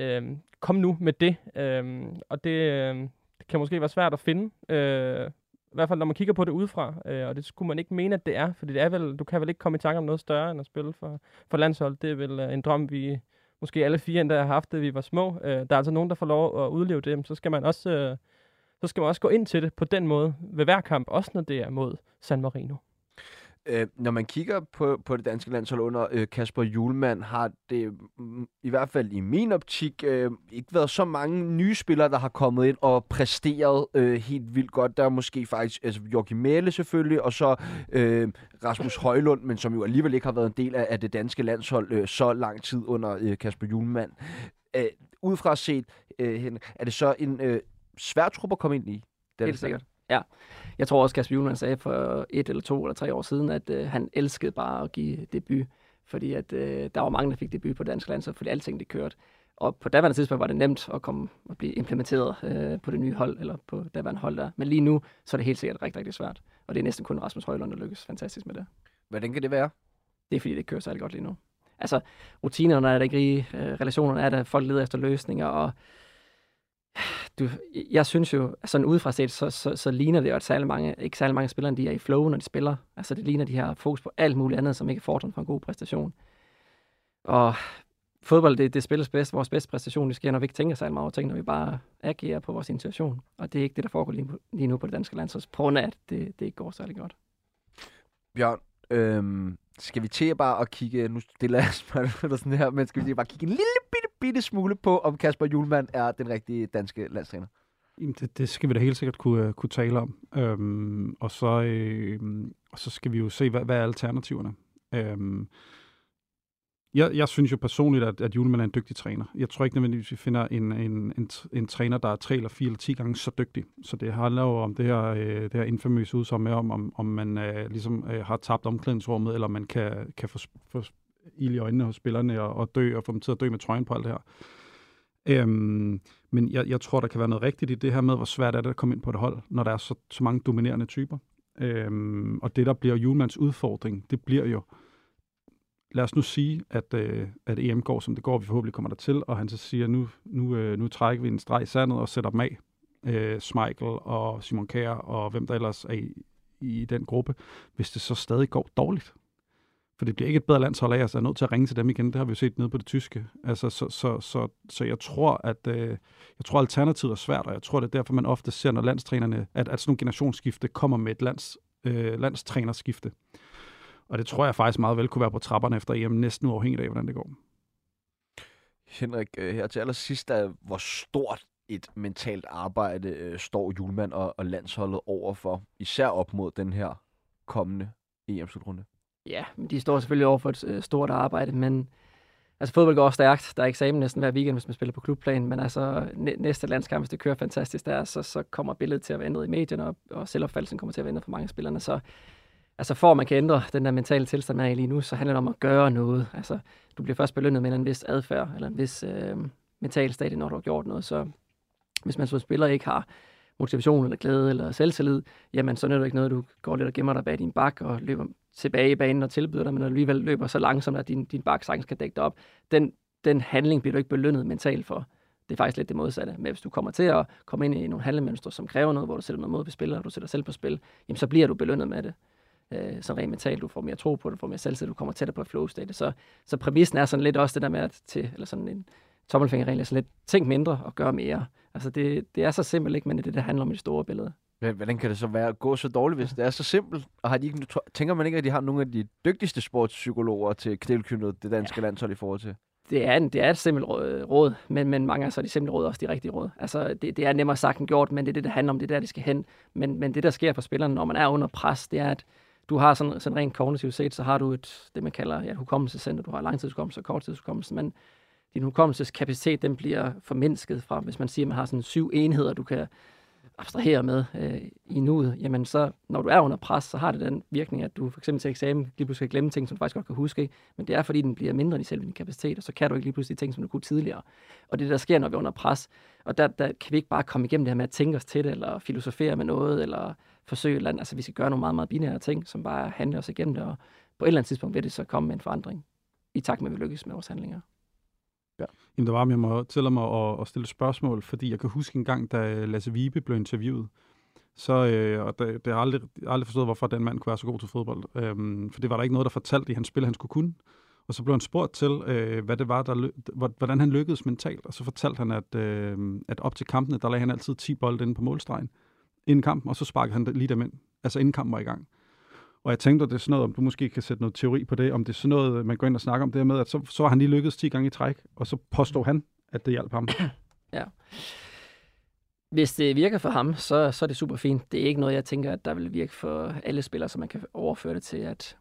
kom nu med det. Og det kan måske være svært at finde I hvert fald, når man kigger på det udefra, og det skulle man ikke mene, at det er, fordi det er vel, du kan vel ikke komme i tanke om noget større, end at spille for landshold. Det er vel en drøm, vi måske alle 4 endda har haft, da vi var små. Der er altså nogen, der får lov at udleve det, så skal man også gå ind til det på den måde ved hver kamp, også når det er mod San Marino. Når man kigger på det danske landshold under Kasper Hjulmand, har det i hvert fald i min optik ikke været så mange nye spillere, der har kommet ind og præsteret helt vildt godt. Der er måske faktisk Joachim Mæhle selvfølgelig, og så Rasmus Højlund, men som jo alligevel ikke har været en del af det danske landshold så lang tid under Kasper Hjulmand. Udefra set, er det så en svær trup at komme ind i? Helt sikkert. Ja, jeg tror også, Kasper Hjulmand sagde for 1 eller 2 eller 3 år siden, at han elskede bare at give debut, fordi at der var mange, der fik debut på dansk landshold, fordi alting det kørte. Og på daværende tidspunkt var det nemt at komme og blive implementeret på det nye hold, eller på daværende hold der. Men lige nu, så er det helt sikkert rigtig, rigtig svært. Og det er næsten kun Rasmus Højlund, der lykkes fantastisk med det. Hvordan kan det være? Det er fordi, det kører særlig godt lige nu. Altså, rutinerne er der ikke rige, relationerne er der, folk leder efter løsninger, og jeg synes jo, sådan udefra set, så ligner det jo, at ikke særlig mange spillere, de er i flow, når de spiller. Altså det ligner, de har fokus på alt muligt andet, som ikke er fordrende for en god præstation. Og fodbold, det spilles bedst. Vores bedste præstation, det sker, når vi ikke tænker særlig meget over ting, når vi bare agerer på vores intuition. Og det er ikke det, der foregår lige nu på det danske landshold, på grund af, at det ikke går særlig godt. Bjørn, skal vi til bare at kigge, nu stiller jeg spørgsmålet sådan her, men skal vi bare kigge en lille bitte smule på, om Kasper Hjulmand er den rigtige danske landstræner? Det skal vi da helt sikkert kunne tale om. Og så skal vi jo se, hvad er alternativerne. Jeg synes jo personligt, at Hjulmand er en dygtig træner. Jeg tror ikke nødvendigvis, vi finder en træner, der er 3 eller 4 eller 10 gange så dygtig. Så det handler jo om det her infamøse udsagn med, om man ligesom har tabt omklædningsrummet, eller man kan få ild i øjnene hos spillerne og dø, og få dem til at dø med trøjen på alt det her. Men jeg tror, der kan være noget rigtigt i det her med, hvor svært er det at komme ind på et hold, når der er så mange dominerende typer. Og det, der bliver Hjulmands udfordring, det bliver jo, lad os nu sige, at EM går, som det går, vi forhåbentlig kommer der til, og han så siger, nu trækker vi en streg i sandet og sætter dem af. Schmeichel og Simon Kjær og hvem der ellers er i den gruppe, hvis det så stadig går dårligt. For det bliver ikke et bedre landshold af, altså jeg er nødt til at ringe til dem igen. Det har vi jo set nede på det tyske. Altså, så jeg tror, at alternativet er svært, og jeg tror, det er derfor, man ofte ser, når landstrænerne, at sådan nogle generationsskifte kommer med et landstrænerskifte. Og det tror jeg faktisk meget vel kunne være på trapperne efter EM, næsten uafhængigt af, hvordan det går. Henrik, her til allersidst, hvor stort et mentalt arbejde står Hjulmand og landsholdet overfor, især op mod den her kommende EM-slutrunde? Ja, de står selvfølgelig over for et stort arbejde, men altså fodbold går også stærkt. Der er eksamen næsten hver weekend, hvis man spiller på klubplan, men altså næste landskamp, hvis det kører fantastisk der, så kommer billedet til at være ændret i medierne, og selvopfattelsen kommer til at være ændret for mange af spillerne. Så altså for at man kan ændre den der mentale tilstand, man er i lige nu, så handler det om at gøre noget. Altså du bliver først belønnet med en vis adfærd, eller en vis mental stadie, når du har gjort noget. Så hvis man som spiller ikke har motivation eller glæde eller selvtillid, jamen så er det ikke noget, du går lidt og gemmer dig bag din bak og løber tilbage i banen og tilbyder dig, men alligevel løber så langsomt, at din bak sagtens kan dække dig op. Den handling bliver du ikke belønnet mentalt for. Det er faktisk lidt det modsatte. Men hvis du kommer til at komme ind i nogle handlemønstre, som kræver noget, hvor du sætter noget mod på spil, og du sætter selv på spil, jamen så bliver du belønnet med det. Så rent mentalt, du får mere tro på det, du får mere selvtillid, du kommer tættere på et flow-state. Så præmissen er sådan lidt også det der med, eller sådan en tommelfingerregel, altså lidt tænk mindre og gør mere. Altså det er så simpelt, ikke, men det er det, der handler om i det store billede. Hvordan kan det så være at gå så dårligt, hvis det er så simpelt? Og tænker man ikke, at de har nogle af de dygtigste sportspsykologer til knælkyndet det danske landshold i forhold til? Det er et simpelt råd, men mange af så de simple råd også de rigtige råd. Altså det er nemmere sagt end gjort, men det er det, der handler om, det er der, det skal hen. Men det, der sker for spillerne, når man er under pres, det er, at du har sådan rent kognitivt set, så har du det, man kalder et hukommelsescenter. Du har langtidshukommelse og korttidshukommelse, men din hukommelseskapacitet, den bliver formindsket fra, hvis man siger, at man har sådan 7 enheder, du kan abstrahere med i nuet, jamen så, når du er under pres, så har det den virkning, at du for eksempel til eksamen lige pludselig kan glemme ting, som du faktisk godt kan huske, men det er, fordi den bliver mindre i selve din kapacitet, og så kan du ikke lige pludselig ting, som du kunne tidligere. Og det der sker, når vi er under pres, og der kan vi ikke bare komme igennem det her med at tænke os til det, eller filosofere med noget, eller forsøge et eller andet. Altså vi skal gøre nogle meget, meget binære ting, som bare handler os igennem det, og på et eller andet tidspunkt vil det så komme med en forandring, i takt med, at vi lykkes med vores handlinger. Ja. Jamen, der var, jeg må tillade mig at stille spørgsmål, fordi jeg kan huske en gang, da Lasse Vibe blev interviewet, Så, og det har aldrig forstået, hvorfor den mand kunne være så god til fodbold. For det var der ikke noget, der fortalte i hans spil, han skulle kunne. Og så blev han spurgt til, hvad det var, hvordan han lykkedes mentalt. Og så fortalte han, at op til kampene, der lagde han altid 10 bolde inde på målstregen inden kampen, og så sparkede han lige dem ind. Altså inden kampen var i gang. Og jeg tænkte, det er sådan noget, om du måske kan sætte noget teori på det, om det er sådan noget, man går ind og snakker om det med, at så har han lige lykkedes 10 gange i træk, og så påstod han, at det hjalp ham. Ja. Hvis det virker for ham, så er det super fint. Det er ikke noget, jeg tænker, at der vil virke for alle spillere, så man kan overføre det til, at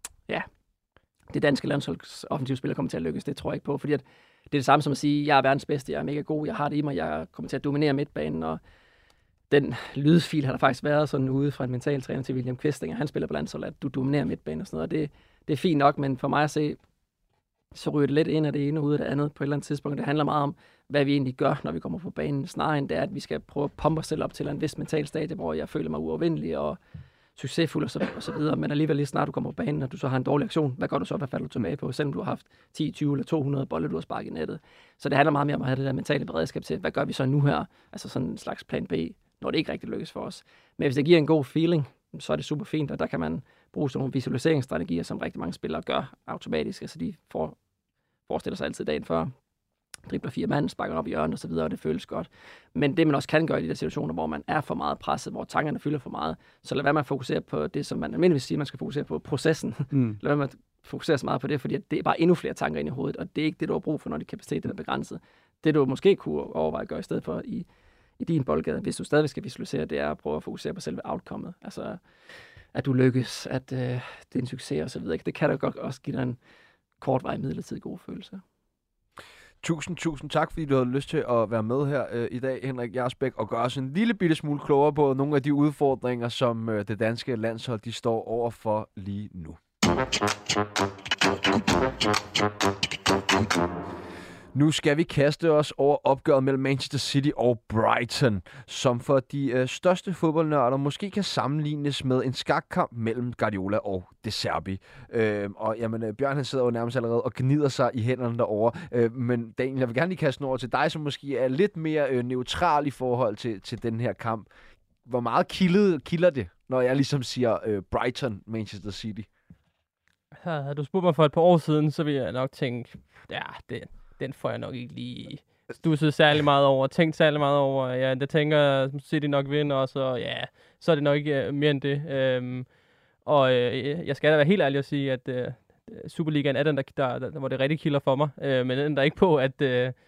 det danske landsholds offensive spillere kommer til at lykkes. Det tror jeg ikke på, fordi at det er det samme som at sige, jeg er verdens bedste, jeg er mega god, jeg har det i mig, jeg kommer til at dominere midtbanen, og den lydfil har der faktisk været sådan ude fra en mentaltræner til William Kvistinger. Han spiller på landsholdet, at du dominerer midtbanen og sådan noget, og det er fint nok, men for mig at se, så ryger det lidt ind af det ene og ud af det andet på et eller andet tidspunkt. Det handler meget om, hvad vi egentlig gør, når vi kommer på banen, snarere end det er, at vi skal prøve at pumpe os selv op til en vis mental stadie, hvor jeg føler mig uovervindelig og succesfuld og så videre, men alligevel lige snart du kommer på banen, og du så har en dårlig aktion, hvad gør du så, hvad falder du tilbage på, selvom du har haft 10, 20 eller 200 bolde, du har sparket i nettet. Så det handler meget mere om at have det der mentale beredskab til, hvad gør vi så nu her, altså sådan en slags plan B, når det ikke rigtig lykkes for os. Men hvis det giver en god feeling, så er det super fint, og der kan man bruge sådan nogle visualiseringsstrategier, som rigtig mange spillere gør automatisk, altså de forestiller sig altid dagen før, dribler 4 mand, sparker op i hjørnet og så videre, og det føles godt. Men det, man også kan gøre i de der situationer, hvor man er for meget presset, hvor tankerne fylder for meget, så lad være med at fokusere på det, som man almindeligvis siger, man skal fokusere på processen. Lad være med at fokusere så meget på det, fordi det er bare endnu flere tanker ind i hovedet, og det er ikke det, du har brug for, når din kapacitet er begrænset. Det, du måske kunne overveje at gøre i stedet for i din boldgade, hvis du stadig skal visualisere, det er at prøve at fokusere på selve outcomet. Altså, at du lykkes, at det er en succes og så videre. Det kan da godt også give dig en kortvarig midlertidig god følelse. Tusind tak, fordi du havde lyst til at være med her i dag, Henrik Jarsbæk, og gøre os en lille bitte smule klogere på nogle af de udfordringer, som det danske landshold de står overfor lige nu. Nu skal vi kaste os over opgøret mellem Manchester City og Brighton, som for de største fodboldnørder måske kan sammenlignes med en skakkamp mellem Guardiola og De Zerbi. Og jamen, Bjørn han sidder jo nærmest allerede og gnider sig i hænderne derovre. Men Daniel, jeg vil gerne lige kaste den over til dig, som måske er lidt mere neutral i forhold til den her kamp. Hvor meget kilder det, når jeg ligesom siger Brighton, Manchester City? Havde du spurgt mig for et par år siden, så ville jeg nok tænke, ja, den får jeg nok ikke lige stusset særlig meget over, tænkt særlig meget over. Ja, det tænker City nok vinder, og så, ja, så er det nok ikke mere end det. Jeg skal da være helt ærlig at sige, at Superligaen er den, der hvor det rigtig kilder for mig. Men den der ikke på, at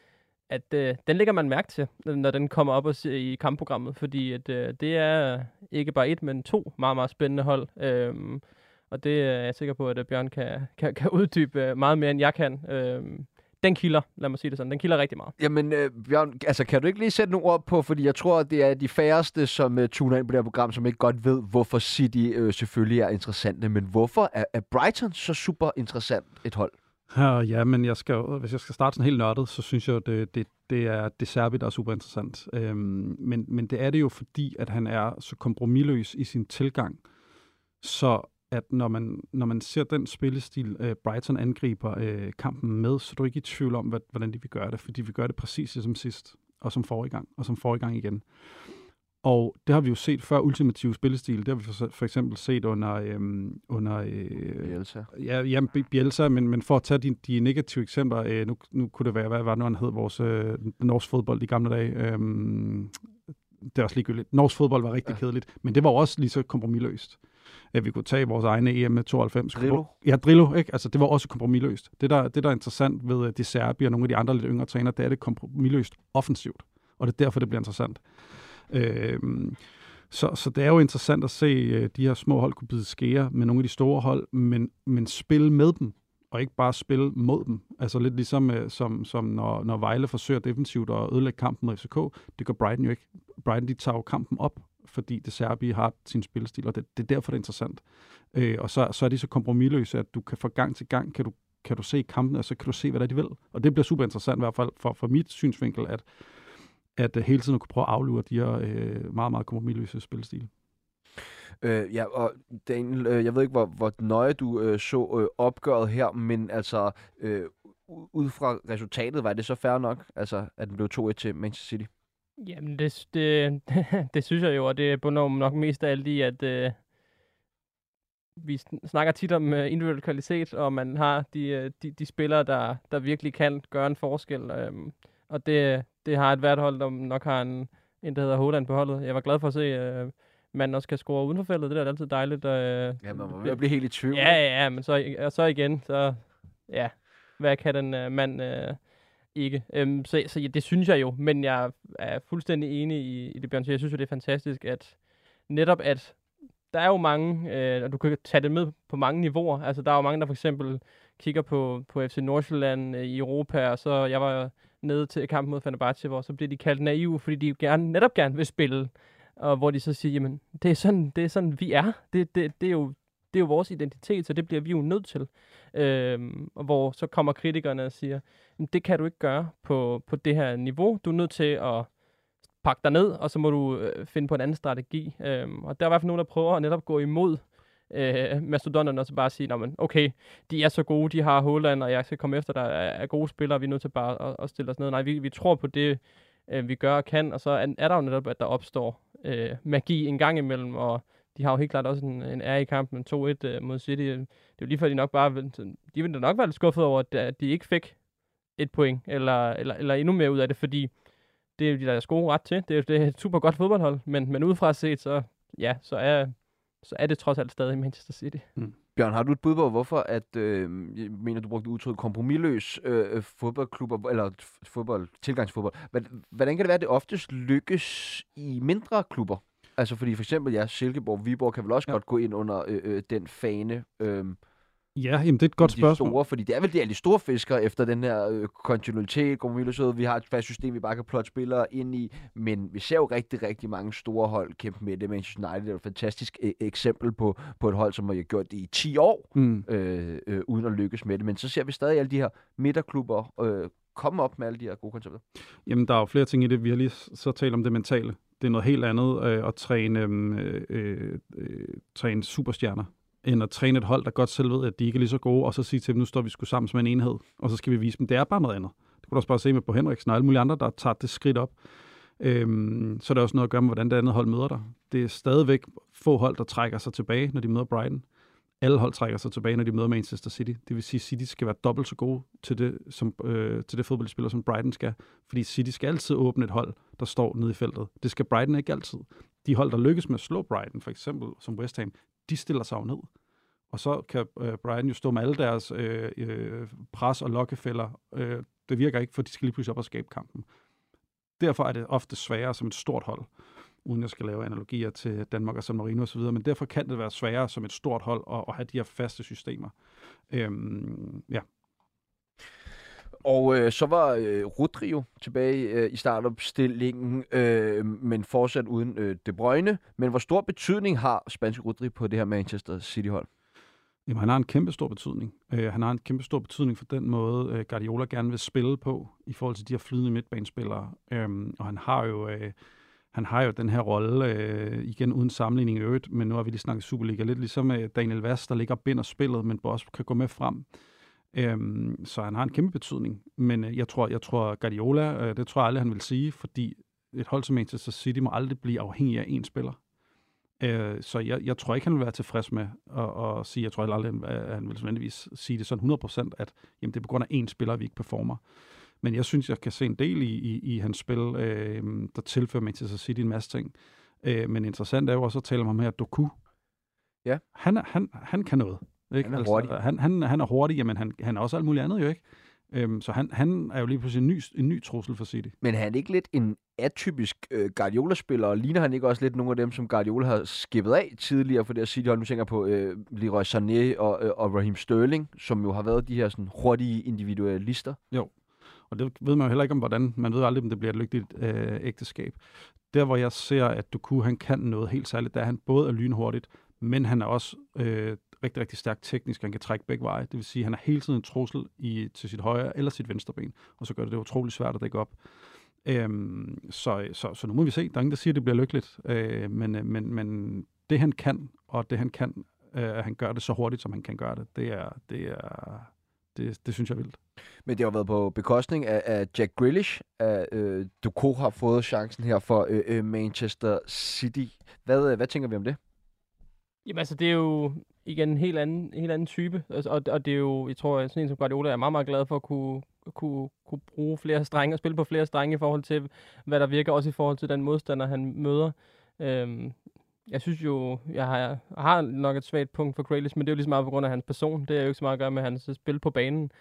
den lægger man mærke til, når den kommer op i kampprogrammet. Fordi at, det er ikke bare 1, men 2 meget, meget spændende hold. Og det er jeg sikker på, at Bjørn kan uddybe meget mere, end jeg kan. Den kilder, lad mig sige det sådan. Den kilder rigtig meget. Jamen, Bjørn, altså, kan du ikke lige sætte nogle ord på, fordi jeg tror, at det er de færreste, som tuner ind på det her program, som ikke godt ved, hvorfor City selvfølgelig er interessante, men hvorfor er Brighton så super interessant et hold? Ja, men hvis jeg skal starte sådan helt nørdet, så synes jeg, det er De Zerbi, der er super interessant. Men det er det jo, fordi at han er så kompromisløs i sin tilgang, så at når man ser den spillestil, Brighton angriber kampen med, så er du ikke i tvivl om, hvordan de vil gøre det, fordi vi gør det præcis som sidst, og som forrige gang igen. Og det har vi jo set før ultimativ spillestil. Det har vi for eksempel set under Bielsa. Ja, Bielsa, men for at tage de negative eksempler, nu kunne det være, hvad var det nu, han hed, vores norsk fodbold i gamle dage. Det er også ligegyldigt. Norsk fodbold var rigtig kedeligt, men det var også lige så kompromisløst. Vi kunne tage vores egne EM med 92. Drillo. Ja, Drillo, ikke? Altså, det var også kompromisløst. Det der er interessant ved De Zerbi og nogle af de andre lidt yngre trænere, det er det kompromisløst offensivt. Og det er derfor, det bliver interessant. Så det er jo interessant at se de her små hold kunne bide skære med nogle af de store hold, men spille med dem, og ikke bare spille mod dem. Altså lidt ligesom som når Vejle forsøger defensivt at ødelægge kampen mod FCK. Det gør Brighton jo ikke. Brighton, de tager jo kampen op, fordi De Zerbi har sin spillestil, og det er derfor, det er interessant. Og så er de så kompromisløse, at du kan fra gang til gang, kan du se kampen, og så kan du se, hvad der de vil. Og det bliver super interessant, i hvert fald for mit synsvinkel, at hele tiden kunne prøve at aflure de her meget, meget kompromisløse spillestil. Ja, og Daniel, jeg ved ikke, hvor nøje du så opgøret her, men altså, ud fra resultatet, var det så fair nok, altså, at den blev 2-1 til Manchester City? Jamen, det synes jeg jo, og det bunder nok mest af alt i, at vi snakker tit om individuel kvalitet, og man har de spillere, der virkelig kan gøre en forskel. Og det har et hvert hold, der nok har en der hedder Haaland på holdet. Jeg var glad for at se, man også kan score uden for feltet. Det er altid dejligt. Ja, man må ved at blive helt i tvivl. Ja, men så igen, ja, hvad kan den mand ikke? Så det synes jeg jo, men jeg er fuldstændig enig i det, Bjørn siger. Jeg synes jo, det er fantastisk, at netop at der er jo mange, og du kan tage det med på mange niveauer. Altså, der er jo mange, der for eksempel kigger på FC Nordsjælland i Europa, og så jeg var nede til kampen mod Fenerbahce, hvor så bliver de kaldt naive, fordi de netop gerne vil spille, og hvor de så siger, jamen, det er sådan vi er. Det er jo vores identitet, så det bliver vi jo nødt til. Og hvor så kommer kritikerne og siger, det kan du ikke gøre på det her niveau. Du er nødt til at pakke dig ned, og så må du finde på en anden strategi. Og der er i hvert fald nogen, der prøver at netop gå imod mastodonterne, og så bare sige, okay, de er så gode, de har Haaland, og jeg skal komme efter, der er gode spillere, vi er nødt til bare at stille os ned. Nej, vi tror på det, vi gør og kan, og så er der jo netop, at der opstår magi en gang imellem, og de har jo helt klart også en ære i kampen 2-1 mod City. Det er jo lige før, de ville nok være lidt skuffet over, at de ikke fik et point, eller endnu mere ud af det, fordi det er jo de der gode ret til. Det er et super godt fodboldhold, men udefra set, så er det trods alt stadig Manchester City. Bjørn, har du et bud på, hvorfor at, jeg mener, du brugte udtryk kompromisløs fodboldklubber, eller tilgangsfodbold. Hvordan kan det være, at det oftest lykkes i mindre klubber? Altså fordi for eksempel, Silkeborg, Viborg kan vel også godt gå ind under den fane. Ja, jamen det er et godt spørgsmål. Store, fordi det er vel de store fiskere efter den her kontinuitet, kompromisløshed. Vi har et fast system, vi bare kan plotte spillere ind i, men vi ser jo rigtig, rigtig mange store hold kæmpe med det. Manchester United er et fantastisk eksempel på et hold, som har gjort det i 10 år, uden at lykkes med det. Men så ser vi stadig alle de her midterklubber komme op med alle de her gode koncepter. Jamen, der er jo flere ting i det. Vi har lige så talt om det mentale. Det er noget helt andet at træne superstjerner, end at træne et hold, der godt selv ved, at de ikke er lige så gode, og så sige til dem, nu står vi sgu sammen som en enhed, og så skal vi vise dem, det er bare noget andet. Det kunne du også bare se med på Henriksen og alle mulige andre, der tager det skridt op. Så er der også noget at gøre med, hvordan det andet hold møder dig. Det er stadigvæk få hold, der trækker sig tilbage, når de møder Brighton. Alle hold trækker sig tilbage, når de møder Manchester City. Det vil sige, at City skal være dobbelt så gode til det fodboldspiller, som Brighton skal. Fordi City skal altid åbne et hold, der står nede i feltet. Det skal Brighton ikke altid. De hold, der lykkes med at slå Brighton, for eksempel som West Ham, de stiller sig jo ned. Og så kan Brighton jo stå med alle deres pres og lokkefælder. Det virker ikke, for de skal lige pludselig op og skabe kampen. Derfor er det ofte sværere som et stort hold, uden jeg skal lave analogier til Danmark og San Marino osv., men derfor kan det være sværere som et stort hold at have de her faste systemer. Ja. Og så var Rodri jo tilbage i startopstillingen, men fortsat uden De Bruyne. Men hvor stor betydning har spanske Rodri på det her Manchester City-hold? Jamen, han har en kæmpe stor betydning. Han har en kæmpe stor betydning for den måde, Guardiola gerne vil spille på, i forhold til de her flydende midtbanespillere. Og han har jo den her rolle, igen uden sammenligning i øvrigt, men nu har vi lige snakket Superliga, lidt ligesom Daniel Vaz, der ligger og binder spillet, men også kan gå med frem. Så han har en kæmpe betydning. Men jeg tror Guardiola, det tror jeg aldrig, han vil sige, fordi et hold som Manchester City må aldrig blive afhængig af én spiller. Så jeg tror ikke, han vil være tilfreds med at sige, jeg tror aldrig, at han vil nødvendigvis sige det sådan 100%, at jamen, det er på grund af én spiller, vi ikke performer. Men jeg synes, jeg kan se en del i hans spil, der tilfører Manchester City en masse ting. Men interessant er jo også at tale om ham her, Doku. Ja. Han kan noget. Ikke? Han er hurtig. Han er hurtig, jamen han er også alt muligt andet jo, ikke? Så han er jo lige pludselig en ny trussel for City. Men er han ikke lidt en atypisk Guardiola-spiller, og ligner han ikke også lidt nogle af dem, som Guardiola har skippet af tidligere for det her City-hold? Nu tænker jeg på Leroy Sané og Raheem Sterling, som jo har været de her sådan hurtige individualister. Jo, og det ved man jo heller ikke om, hvordan. Man ved aldrig, om det bliver et lykkeligt ægteskab. Der, hvor jeg ser, at Doku, han kan noget helt særligt, der er han både er lynhurtigt, men han er også rigtig, rigtig stærkt teknisk. Han kan trække begge veje. Det vil sige, at han er hele tiden en trussel til sit højre eller sit venstre ben, og så gør det utroligt svært at dække op. Så nu må vi se. Der er ingen, der siger, at det bliver lykkeligt. Men det han kan, og det han kan, at han gør det så hurtigt, som han kan gøre det, det Det synes jeg er vildt. Men det har været på bekostning af Jack Grealish. Ducour har fået chancen her for Manchester City. Hvad tænker vi om det? Jamen altså, det er jo igen en helt anden type. Altså, og det er jo, jeg tror, sådan en som Guardiola er meget, meget glad for at kunne bruge flere strenge og spille på flere strenge i forhold til, hvad der virker, også i forhold til den modstander, han møder. Jeg synes jo, jeg har nok et svagt punkt for Grealish, men det er jo lige så meget på grund af hans person. Det er jo ikke så meget at gøre med hans spil på banen.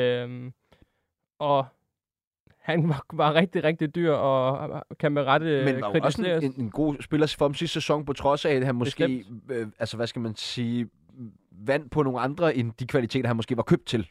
Og han var rigtig, rigtig dyr, og kan med rette men var også en god spiller for ham sidste sæson, på trods af, at han måske, hvad skal man sige, vandt på nogle andre end de kvaliteter, han måske var købt til.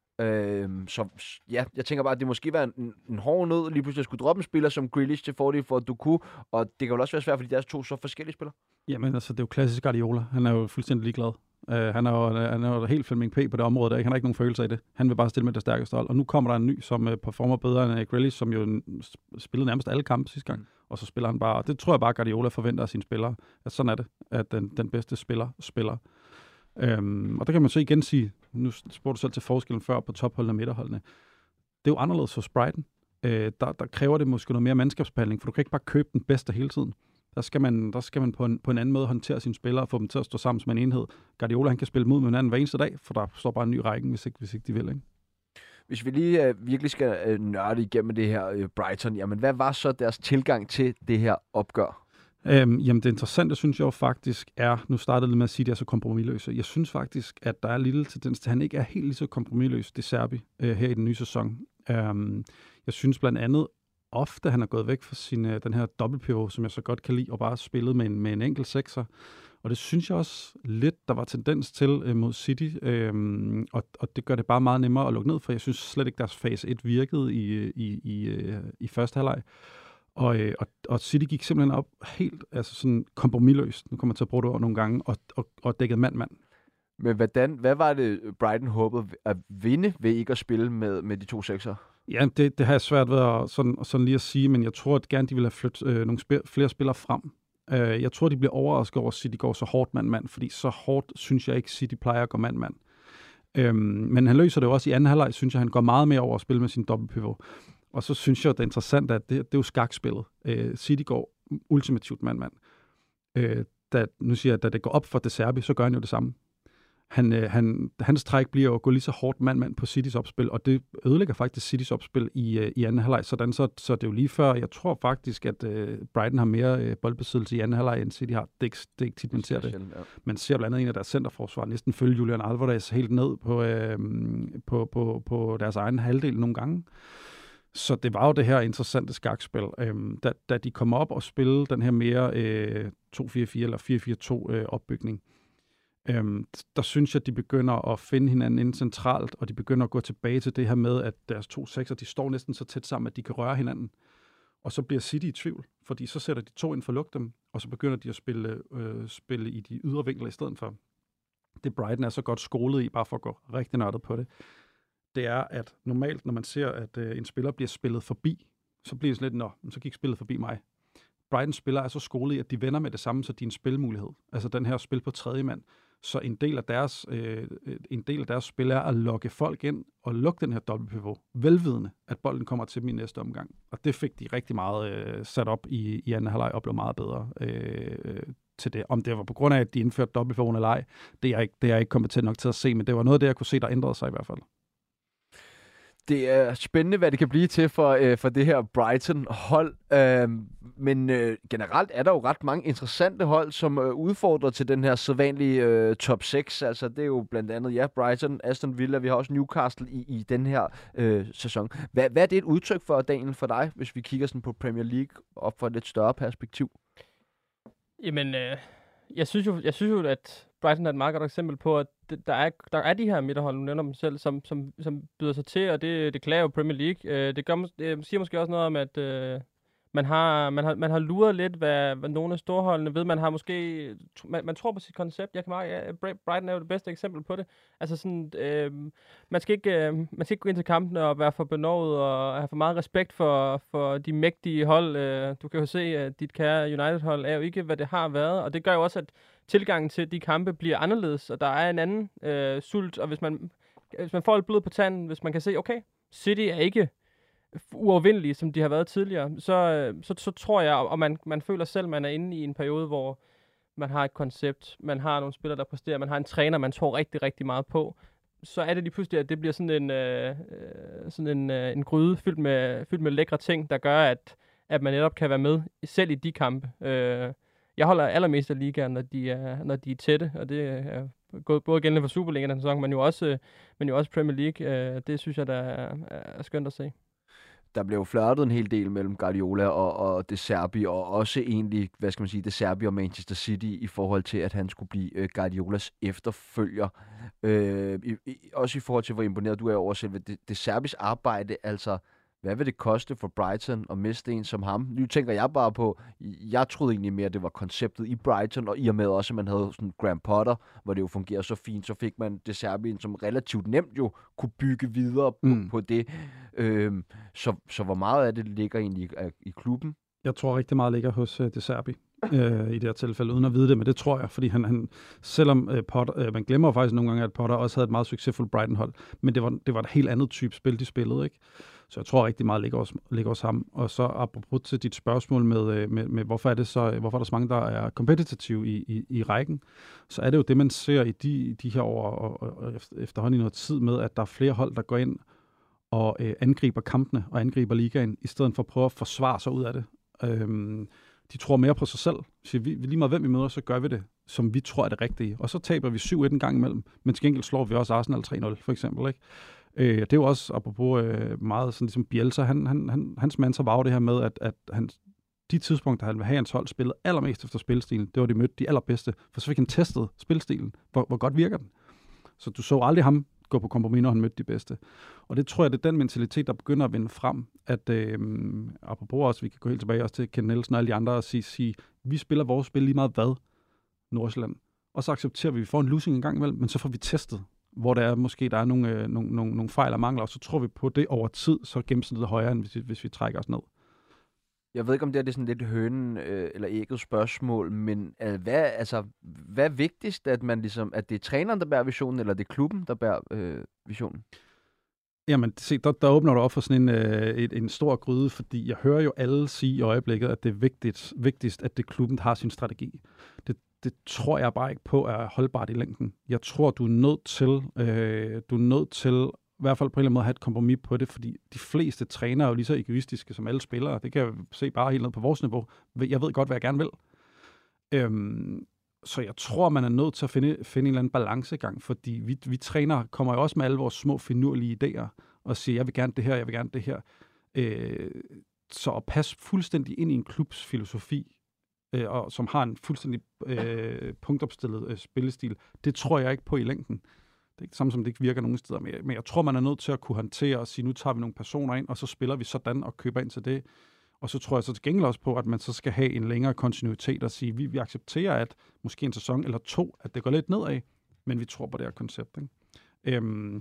Så ja, jeg tænker bare, at det måske var en hård nød, lige pludselig at skulle droppe en spiller som Grealish til fordel for Ducour, og det kan jo også være svært, fordi der er to så forskellige spillere. Jamen altså, det er jo klassisk Guardiola. Han er jo fuldstændig ligeglad. Han er jo helt Flemming P. på det område, der. Han har ikke nogen følelse af det. Han vil bare stille med det stærkeste hold. Og nu kommer der en ny, som performer bedre end Grealish, som jo spillede nærmest alle kampe sidste gang. Og så spiller han bare, og det tror jeg bare, Guardiola forventer af sine spillere. At sådan er det, at den bedste spiller. Og der kan man så igen sige, nu spurgte du selv til forskellen før på topholdene og midterholdene. Det er jo anderledes hos Brighton. Der kræver det måske noget mere mandskabsbehandling, for du kan ikke bare købe den bedste hele tiden. Der skal man på en anden måde håndtere sine spillere og få dem til at stå sammen som en enhed. Guardiola, han kan spille dem ud med hinanden hver eneste dag, for der står bare en ny række, hvis ikke de vil, ikke? Hvis vi lige virkelig skal nørde igennem det her Brighton, jamen hvad var så deres tilgang til det her opgør? Jamen det interessante, synes jeg jo faktisk er, nu startede det med at sige, at de er så kompromisløse. Jeg synes faktisk, at der er en lille tendens til, at han ikke er helt lige så kompromisløs, det Serbi, her i den nye sæson. Jeg synes blandt andet, ofte han er gået væk fra den her dobbeltpivot, som jeg så godt kan lide, og bare spillet med en enkelt sekser. Og det synes jeg også lidt, der var tendens til mod City, og det gør det bare meget nemmere at lukke ned, for jeg synes slet ikke, deres fase 1 virkede i første halvleg. Og City gik simpelthen op helt sådan kompromisløst, nu kommer jeg til at bruge det ord nogle gange, og dækkede mand. Men hvad var det, Brighton håbede at vinde ved ikke at spille med de to sekser? Ja, det har jeg svært ved at sådan lige at sige, men jeg tror at gerne, de vil have flyttet nogle flere spillere frem. Jeg tror, de bliver overrasket over, at City går så hårdt mand-mand, fordi så hårdt synes jeg ikke, City plejer at gå mand-mand. Men han løser det jo også i anden halvleg, synes jeg, han går meget mere over at spille med sin dobbeltpivot. Og så synes jeg, det er interessant, at det er jo skakspillet. City går ultimativt mand-mand. Nu siger jeg, at da det går op for De Zerbi, så gør han jo det samme. Hans træk bliver jo at gå lige så hårdt mand på Citys opspil, og det ødelægger faktisk Citys opspil i anden halvleg. Så det er jo lige før, jeg tror faktisk, at Brighton har mere boldbesiddelse i anden halvleg, end City har. Det er ikke tit, man ser det. Man ser blandt andet en af deres centerforsvar næsten følge Julian Alvarez helt ned på deres egen halvdel nogle gange. Så det var jo det her interessante skakspil. Da de kommer op og spiller den her mere 2-4-4 eller 4-4-2 opbygning, der synes jeg, at de begynder at finde hinanden inden centralt, og de begynder at gå tilbage til det her med, at deres to sekser, de står næsten så tæt sammen, at de kan røre hinanden. Og så bliver City i tvivl, fordi så sætter de to ind for at lukke dem, og så begynder de at spille i de ydre vinkler i stedet for. Det Brighton er så godt skolet i, bare for at gå rigtig nørdet på det, det er, at normalt, når man ser, at en spiller bliver spillet forbi, så bliver det sådan lidt, så gik spillet forbi mig. Brighton spiller er så skolet i, at de vender med det samme, så de er en spilmulighed. Altså den her spil på tredje mand. Så en del af deres spil er at lokke folk ind og lukke den her dobbeltpivot, velvidende, at bolden kommer til dem i næste omgang. Og det fik de rigtig meget sat op i anden halvleg og blev meget bedre til det. Om det var på grund af, at de indførte dobbeltpivoten eller ej, det er jeg ikke kompetent nok til at se, men det var noget af det, jeg kunne se, der ændrede sig i hvert fald. Det er spændende, hvad det kan blive til for det her Brighton-hold. Men generelt er der jo ret mange interessante hold, som udfordrer til den her sædvanlige top 6. Altså, det er jo blandt andet, Brighton, Aston Villa, vi har også Newcastle i den her sæson. Hvad er det et udtryk for, Daniel, for dig, hvis vi kigger sådan på Premier League op for et lidt større perspektiv? Jamen, jeg synes jo, at Brighton er et meget godt eksempel på, at der er de her midterhold, nu nævner dem selv, som byder sig til, og det klæder jo Premier League. Det siger måske også noget om, at man har luret lidt, hvad nogle af storholdene ved. Man har måske man tror på sit koncept. Brighton er jo det bedste eksempel på det. Altså sådan, man skal ikke gå ind til kampene og være for benovet og have for meget respekt for de mægtige hold. Du kan jo se, at dit kære United-hold er jo ikke, hvad det har været, og det gør jo også, at tilgangen til de kampe bliver anderledes, og der er en anden sult, og hvis man hvis man får lidt blod på tanden, hvis man kan se, okay, City er ikke uovervindelige, som de har været tidligere, så tror jeg, og man føler selv, man er inde i en periode, hvor man har et koncept, man har nogle spillere, der præsterer, man har en træner, man tror rigtig, rigtig meget på, så er det lige pludselig, at det bliver sådan en gryde fyldt med lækre ting, der gør, at man netop kan være med, selv i de kampe. Jeg holder allermest af ligaen, når de er tætte, og det er både gældende for Superligaen den sæson, men jo også Premier League. Det synes jeg, der er skønt at se. Der blev flirtet en hel del mellem Guardiola og De Zerbi, og også egentlig, hvad skal man sige, De Zerbi og Manchester City i forhold til, at han skulle blive Guardiolas efterfølger. Også i forhold til, hvor imponeret du er over selve De Zerbis arbejde, altså hvad vil det koste for Brighton at miste en som ham? Nu tænker jeg bare på, jeg troede egentlig mere, at det var konceptet i Brighton, og i og med også, at man havde sådan Graham Potter, hvor det jo fungerer så fint, så fik man De Zerbi, som relativt nemt jo kunne bygge videre på det. Så hvor meget af det ligger egentlig i klubben? Jeg tror rigtig meget ligger hos De Zerbi i det her tilfælde, uden at vide det, men det tror jeg, fordi han selvom Potter, man glemmer faktisk nogle gange, at Potter også havde et meget succesfuldt Brighton-hold, men det var et helt andet type spil, de spillede, ikke? Så jeg tror rigtig meget ligger hos ham. Og så apropos til dit spørgsmål med hvorfor er der så mange, der er kompetitive i rækken, så er det jo det, man ser i de her år, og efterhånden i noget tid med, at der er flere hold, der går ind og angriber kampene og angriber ligaen, i stedet for at prøve at forsvare sig ud af det. De tror mere på sig selv. Så vi lige meget hvem vi møder, så gør vi det, som vi tror er det rigtige. Og så taber vi 7-1 en gang imellem, men til gengæld slår vi også Arsenal 3-0, for eksempel, ikke? Det er jo også, apropos meget sådan ligesom Bielsa, hans mantra var jo det her med, at de tidspunkter, han vil have hans hold spillet allermest efter spilstilen, det var de mødte de allerbedste, for så fik han testet spilstilen. Hvor godt virker den? Så du så aldrig ham gå på kompromis, når han mødte de bedste. Og det tror jeg, det er den mentalitet, der begynder at vinde frem, at apropos også, vi kan gå helt tilbage også til Ken Nielsen og alle de andre og sige, vi spiller vores spil lige meget hvad, Nordsjælland. Og så accepterer vi får en losing en gang imellem, men så får vi testet, hvor der er nogle fejl og mangler, og så tror vi på det over tid, så er gennemsnittet højere, end hvis vi trækker os ned. Jeg ved ikke, om det er sådan lidt hønen eller ægget spørgsmål, men hvad er vigtigst, at man ligesom, at det er træneren, der bærer visionen, eller det er klubben, der bærer visionen? Jamen, se, der åbner du op for sådan en stor gryde, fordi jeg hører jo alle sige i øjeblikket, at det er vigtigst, at det er klubben, der har sin strategi. Det tror jeg bare ikke på er holdbart i længden. Jeg tror, du er nødt til i hvert fald på en eller anden måde at have et kompromis på det, fordi de fleste trænere er jo lige så egoistiske som alle spillere. Det kan jeg se bare helt ned på vores niveau. Jeg ved godt, hvad jeg gerne vil. Så jeg tror, man er nødt til at finde en eller anden balancegang, fordi vi trænere kommer jo også med alle vores små finurlige idéer og siger, jeg vil gerne det her, jeg vil gerne det her. Så at passe fuldstændig ind i en klubs filosofi, og som har en fuldstændig punktopstillet spillestil, det tror jeg ikke på i længden. Det er ikke det samme, som det ikke virker nogen steder, men jeg tror, man er nødt til at kunne håndtere og sige, nu tager vi nogle personer ind, og så spiller vi sådan og køber ind til det. Og så tror jeg så til gengæld også på, at man så skal have en længere kontinuitet og sige, vi accepterer, at måske en sæson eller to, at det går lidt nedad, men vi tror på det her koncept. Ikke?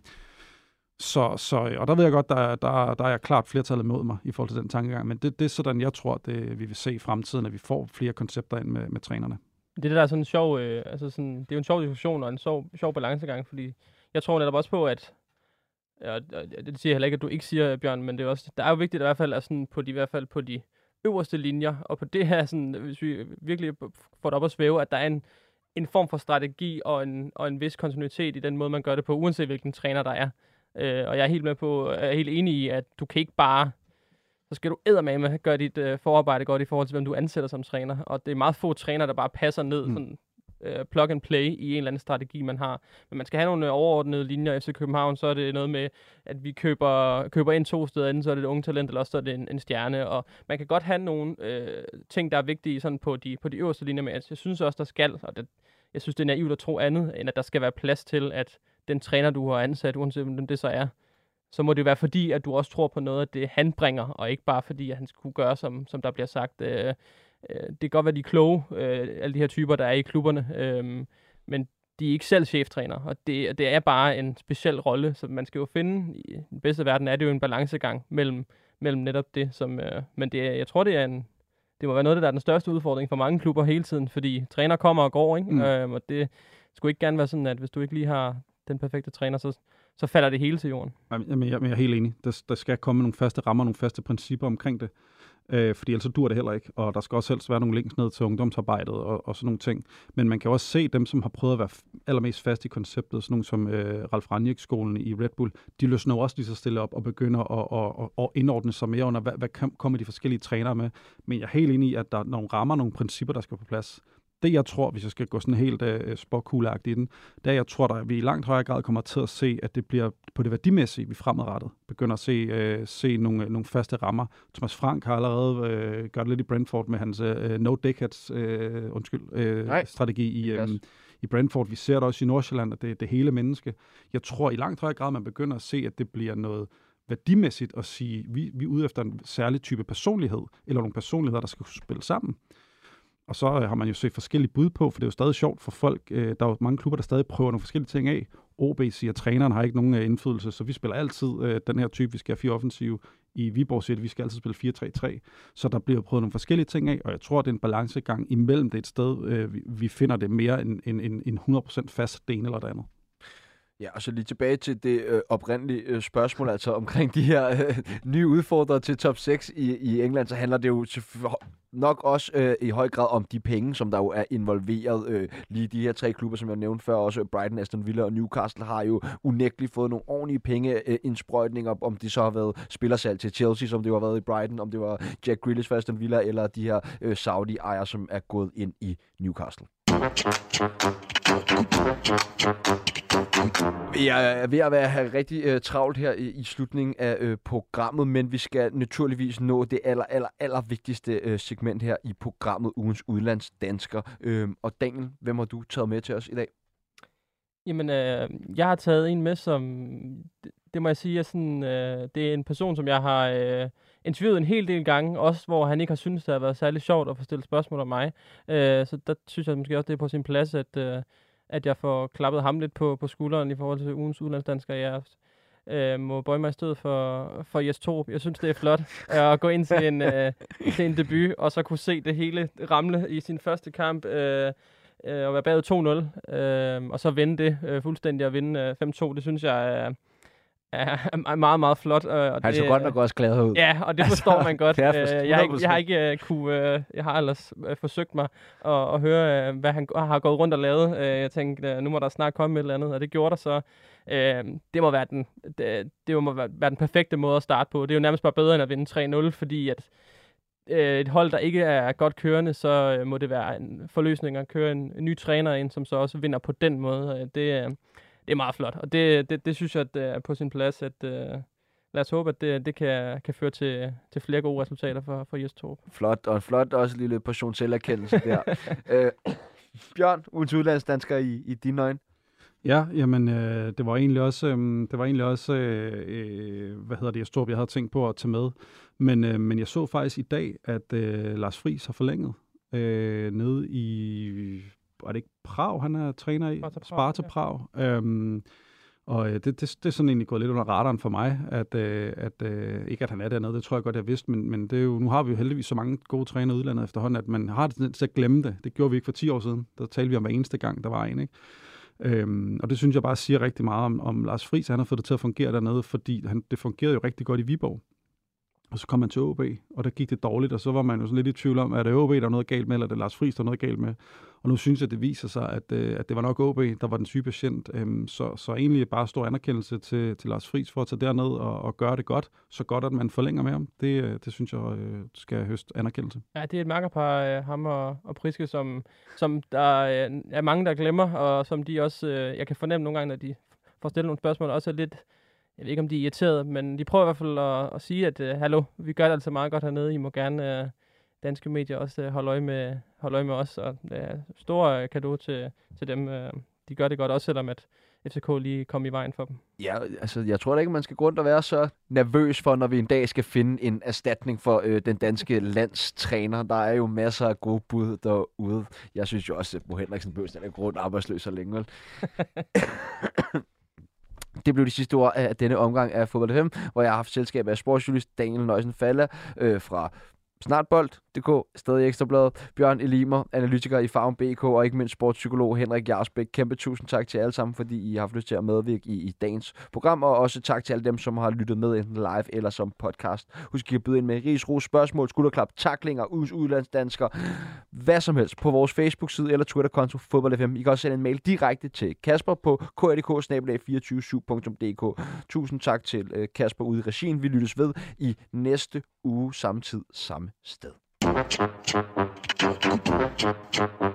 Og der ved jeg godt, der er klart flertallet mod mig i forhold til den tankegang, men det er sådan, jeg tror, vi vil se i fremtiden, at vi får flere koncepter ind med trænerne. Det der er sådan en sjov, det er jo en sjov diskussion og en sjov balancegang, fordi jeg tror netop også på, at det siger jeg heller ikke, at du ikke siger, Bjørn, men det er også, der er jo vigtigt at i hvert fald er sådan i hvert fald på de øverste linjer, og på det her, sådan, hvis vi virkelig får det op at svæve, at der er en form for strategi og en vis kontinuitet i den måde, man gør det på, uanset hvilken træner der er. Og jeg er helt enig i, at du kan ikke bare, så skal du eddermame gøre dit forarbejde godt i forhold til, hvem du ansætter som træner. Og det er meget få træner, der bare passer ned, sådan plug and play i en eller anden strategi, man har. Men man skal have nogle overordnede linjer. FC København, så er det noget med, at vi køber ind 2 steder, enten så er det et unge talent, eller også så er det en stjerne. Og man kan godt have nogle ting, der er vigtige sådan på de øverste linjer, men jeg synes også, der skal, og jeg synes, det er naivt at tro andet, end at der skal være plads til, at den træner, du har ansat, uanset hvem det så er, så må det være fordi, at du også tror på noget af det, han bringer, og ikke bare fordi, at han skulle gøre, som der bliver sagt. Det kan godt være, de er kloge, alle de her typer, der er i klubberne, men de er ikke selv cheftræner, og det er bare en speciel rolle, så man skal jo finde, i den bedste verden er det jo en balancegang mellem netop det, men jeg tror, det må være noget, der er den største udfordring for mange klubber hele tiden, fordi træner kommer og går, ikke? Og det skulle ikke gerne være sådan, at hvis du ikke lige har den perfekte træner, så falder det hele til jorden. Jamen, jeg er helt enig. Der skal komme nogle faste rammer, nogle faste principper omkring det. Fordi ellers så dur det heller ikke, og der skal også helst være nogle links ned til ungdomsarbejdet og sådan nogle ting. Men man kan også se dem, som har prøvet at være allermest fast i konceptet, sådan nogle som Ralf Rangnick-skolen i Red Bull, de løsner også lige så stille op og begynder at indordne sig mere under, hvad kommer de forskellige trænere med. Men jeg er helt enig i, at der er nogle rammer, nogle principper, der skal på plads. Det, jeg tror, hvis jeg skal gå sådan helt spåkugleagtigt i den, det er, jeg tror, at vi i langt højere grad kommer til at se, at det bliver på det værdimæssige, vi fremadrettet begynder at se nogle faste rammer. Thomas Frank har allerede gjort lidt i Brentford med hans no decades strategi i Brentford. Vi ser det også i Nordsjælland, at det hele menneske. Jeg tror i langt højere grad, man begynder at se, at det bliver noget værdimæssigt at sige, vi er ude efter en særlig type personlighed, eller nogle personligheder, der skal spille sammen. Og så har man jo set forskellige bud på, for det er jo stadig sjovt for folk. Der er jo mange klubber, der stadig prøver nogle forskellige ting af. OB siger, at træneren har ikke nogen indflydelse, så vi spiller altid den her type. Vi skal have 4 offensive. I Viborg siger, at vi skal altid spille 4-3-3. Så der bliver prøvet nogle forskellige ting af, og jeg tror, det er en balancegang imellem det et sted. Vi finder det mere en 100% fast det ene eller det andet. Ja, og så lige tilbage til det oprindelige spørgsmål, altså omkring de her nye udfordrere til top 6 i England, så handler det jo nok også i høj grad om de penge, som der jo er involveret. Lige de her 3 klubber, som jeg nævnte før, også Brighton, Aston Villa og Newcastle, har jo unægteligt fået nogle ordentlige pengeindsprøjtninger, om det så har været spillersalg til Chelsea, som det har været i Brighton, om det var Jack Grealish for Aston Villa, eller de her Saudi-ejere, som er gået ind i Newcastle. Jeg er ved at have rigtig travlt her i slutningen af programmet, men vi skal naturligvis nå det aller vigtigste segment her i programmet, ugens udlandsdansker. Og Daniel, hvem har du taget med til os i dag? Jamen, jeg har taget en med, som, det må jeg sige, det er en person, som jeg har interviewet en hel del gange, også hvor han ikke har syntes, det har været særlig sjovt at få stillet spørgsmål om mig. Så der synes jeg måske også, det er på sin plads, at jeg får klappet ham lidt på skulderen i forhold til ugens udlandsdansker. Jeg må bøje mig i stedet for Jes Torup. Jeg synes, det er flot at gå ind til en debut, og så kunne se det hele ramle i sin første kamp, og være bagud 2-0, og så vinde det fuldstændig og vinde 5-2. Det synes jeg er meget, meget flot. Og han så godt nok også glad ud. Ja, og det forstår man godt. Jeg har ellers forsøgt mig at høre, hvad han har gået rundt og lavet. Jeg tænkte, nu må der snart komme et eller andet, og det gjorde der så. Det må være den perfekte måde at starte på. Det er jo nærmest bare bedre end at vinde 3-0, fordi at et hold, der ikke er godt kørende, så må det være en forløsning at køre en ny træner ind, som så også vinder på den måde. Det er meget flot, og det synes jeg, at er på sin plads. Lad os håbe, at det kan føre til flere gode resultater for Jes Torup. Flot også en lille portion selverkendelse der. Bjørn, ugens udlandsdansker i dine øjne? Ja, jamen, det var egentlig også, Jes Torup, jeg havde tænkt på at tage med. Men jeg så faktisk i dag, at Lars Friis har forlænget nede i, er det ikke Prag, han er træner i? Sparta Prag. Og det er sådan egentlig gået lidt under radaren for mig, ikke at han er dernede, det tror jeg godt, jeg vidste, men det er jo, nu har vi jo heldigvis så mange gode trænere i udlandet efterhånden, at man har det til at glemme det. Det gjorde vi ikke for 10 år siden. Der talte vi om hver eneste gang, der var en, ikke? Og det synes jeg bare siger rigtig meget om Lars Friis. Han har fået det til at fungere dernede, fordi det fungerede jo rigtig godt i Viborg. Og så kom man til OB, og der gik det dårligt, og så var man jo sådan lidt i tvivl om, er det OB, der er noget galt med, eller er det Lars Friis, der er noget galt med. Og nu synes jeg, det viser sig, at det var nok OB, der var den syge patient. Så egentlig bare stor anerkendelse til Lars Friis for at tage derned og gøre det godt, så godt, at man forlænger med ham. Det synes jeg skal høste anerkendelse. Ja, det er et makkerpar, ham og Priske, som der er mange, der glemmer, og som de også, jeg kan fornemme nogle gange, når de får stillet nogle spørgsmål, også er lidt, jeg ved ikke, om de er irriterede, men de prøver i hvert fald at sige, at hallo, vi gør det altså meget godt hernede. I må gerne danske medier også holde øje med os. Og stor cadeau til dem. De gør det godt, også selvom at FCK lige kom i vejen for dem. Ja, altså jeg tror da ikke, man skal gå rundt og være så nervøs for, når vi en dag skal finde en erstatning for den danske landstræner. Der er jo masser af gode bud derude. Jeg synes jo også, at Bo Henriksen bøvs er grund arbejdsløs så længe, vel? Det blev de sidste ord af denne omgang af Fodbold FM, hvor jeg har haft selskab af sportsjournalist Daniel Nøjsen Falla fra Snartbold.dk, stadig Ekstrabladet, Bjørn Elimer, analytiker i Farm BK, og ikke mindst sportspsykolog Henrik Jarsbæk. Kæmpe tusind tak til alle sammen, fordi I har haft lyst til at medvirke i dagens program, og også tak til alle dem, som har lyttet med enten live eller som podcast. Husk at byde ind med ris, ros, spørgsmål, skulderklap, tacklinger, udlandsdanskere, hvad som helst på vores Facebook-side eller Twitter-konto fodboldfm. I kan også sende en mail direkte til Kasper på krdk@247.dk. Tusind tak til Kasper ude i regien. Vi lyttes ved i næste uge, samme tid, samme sted.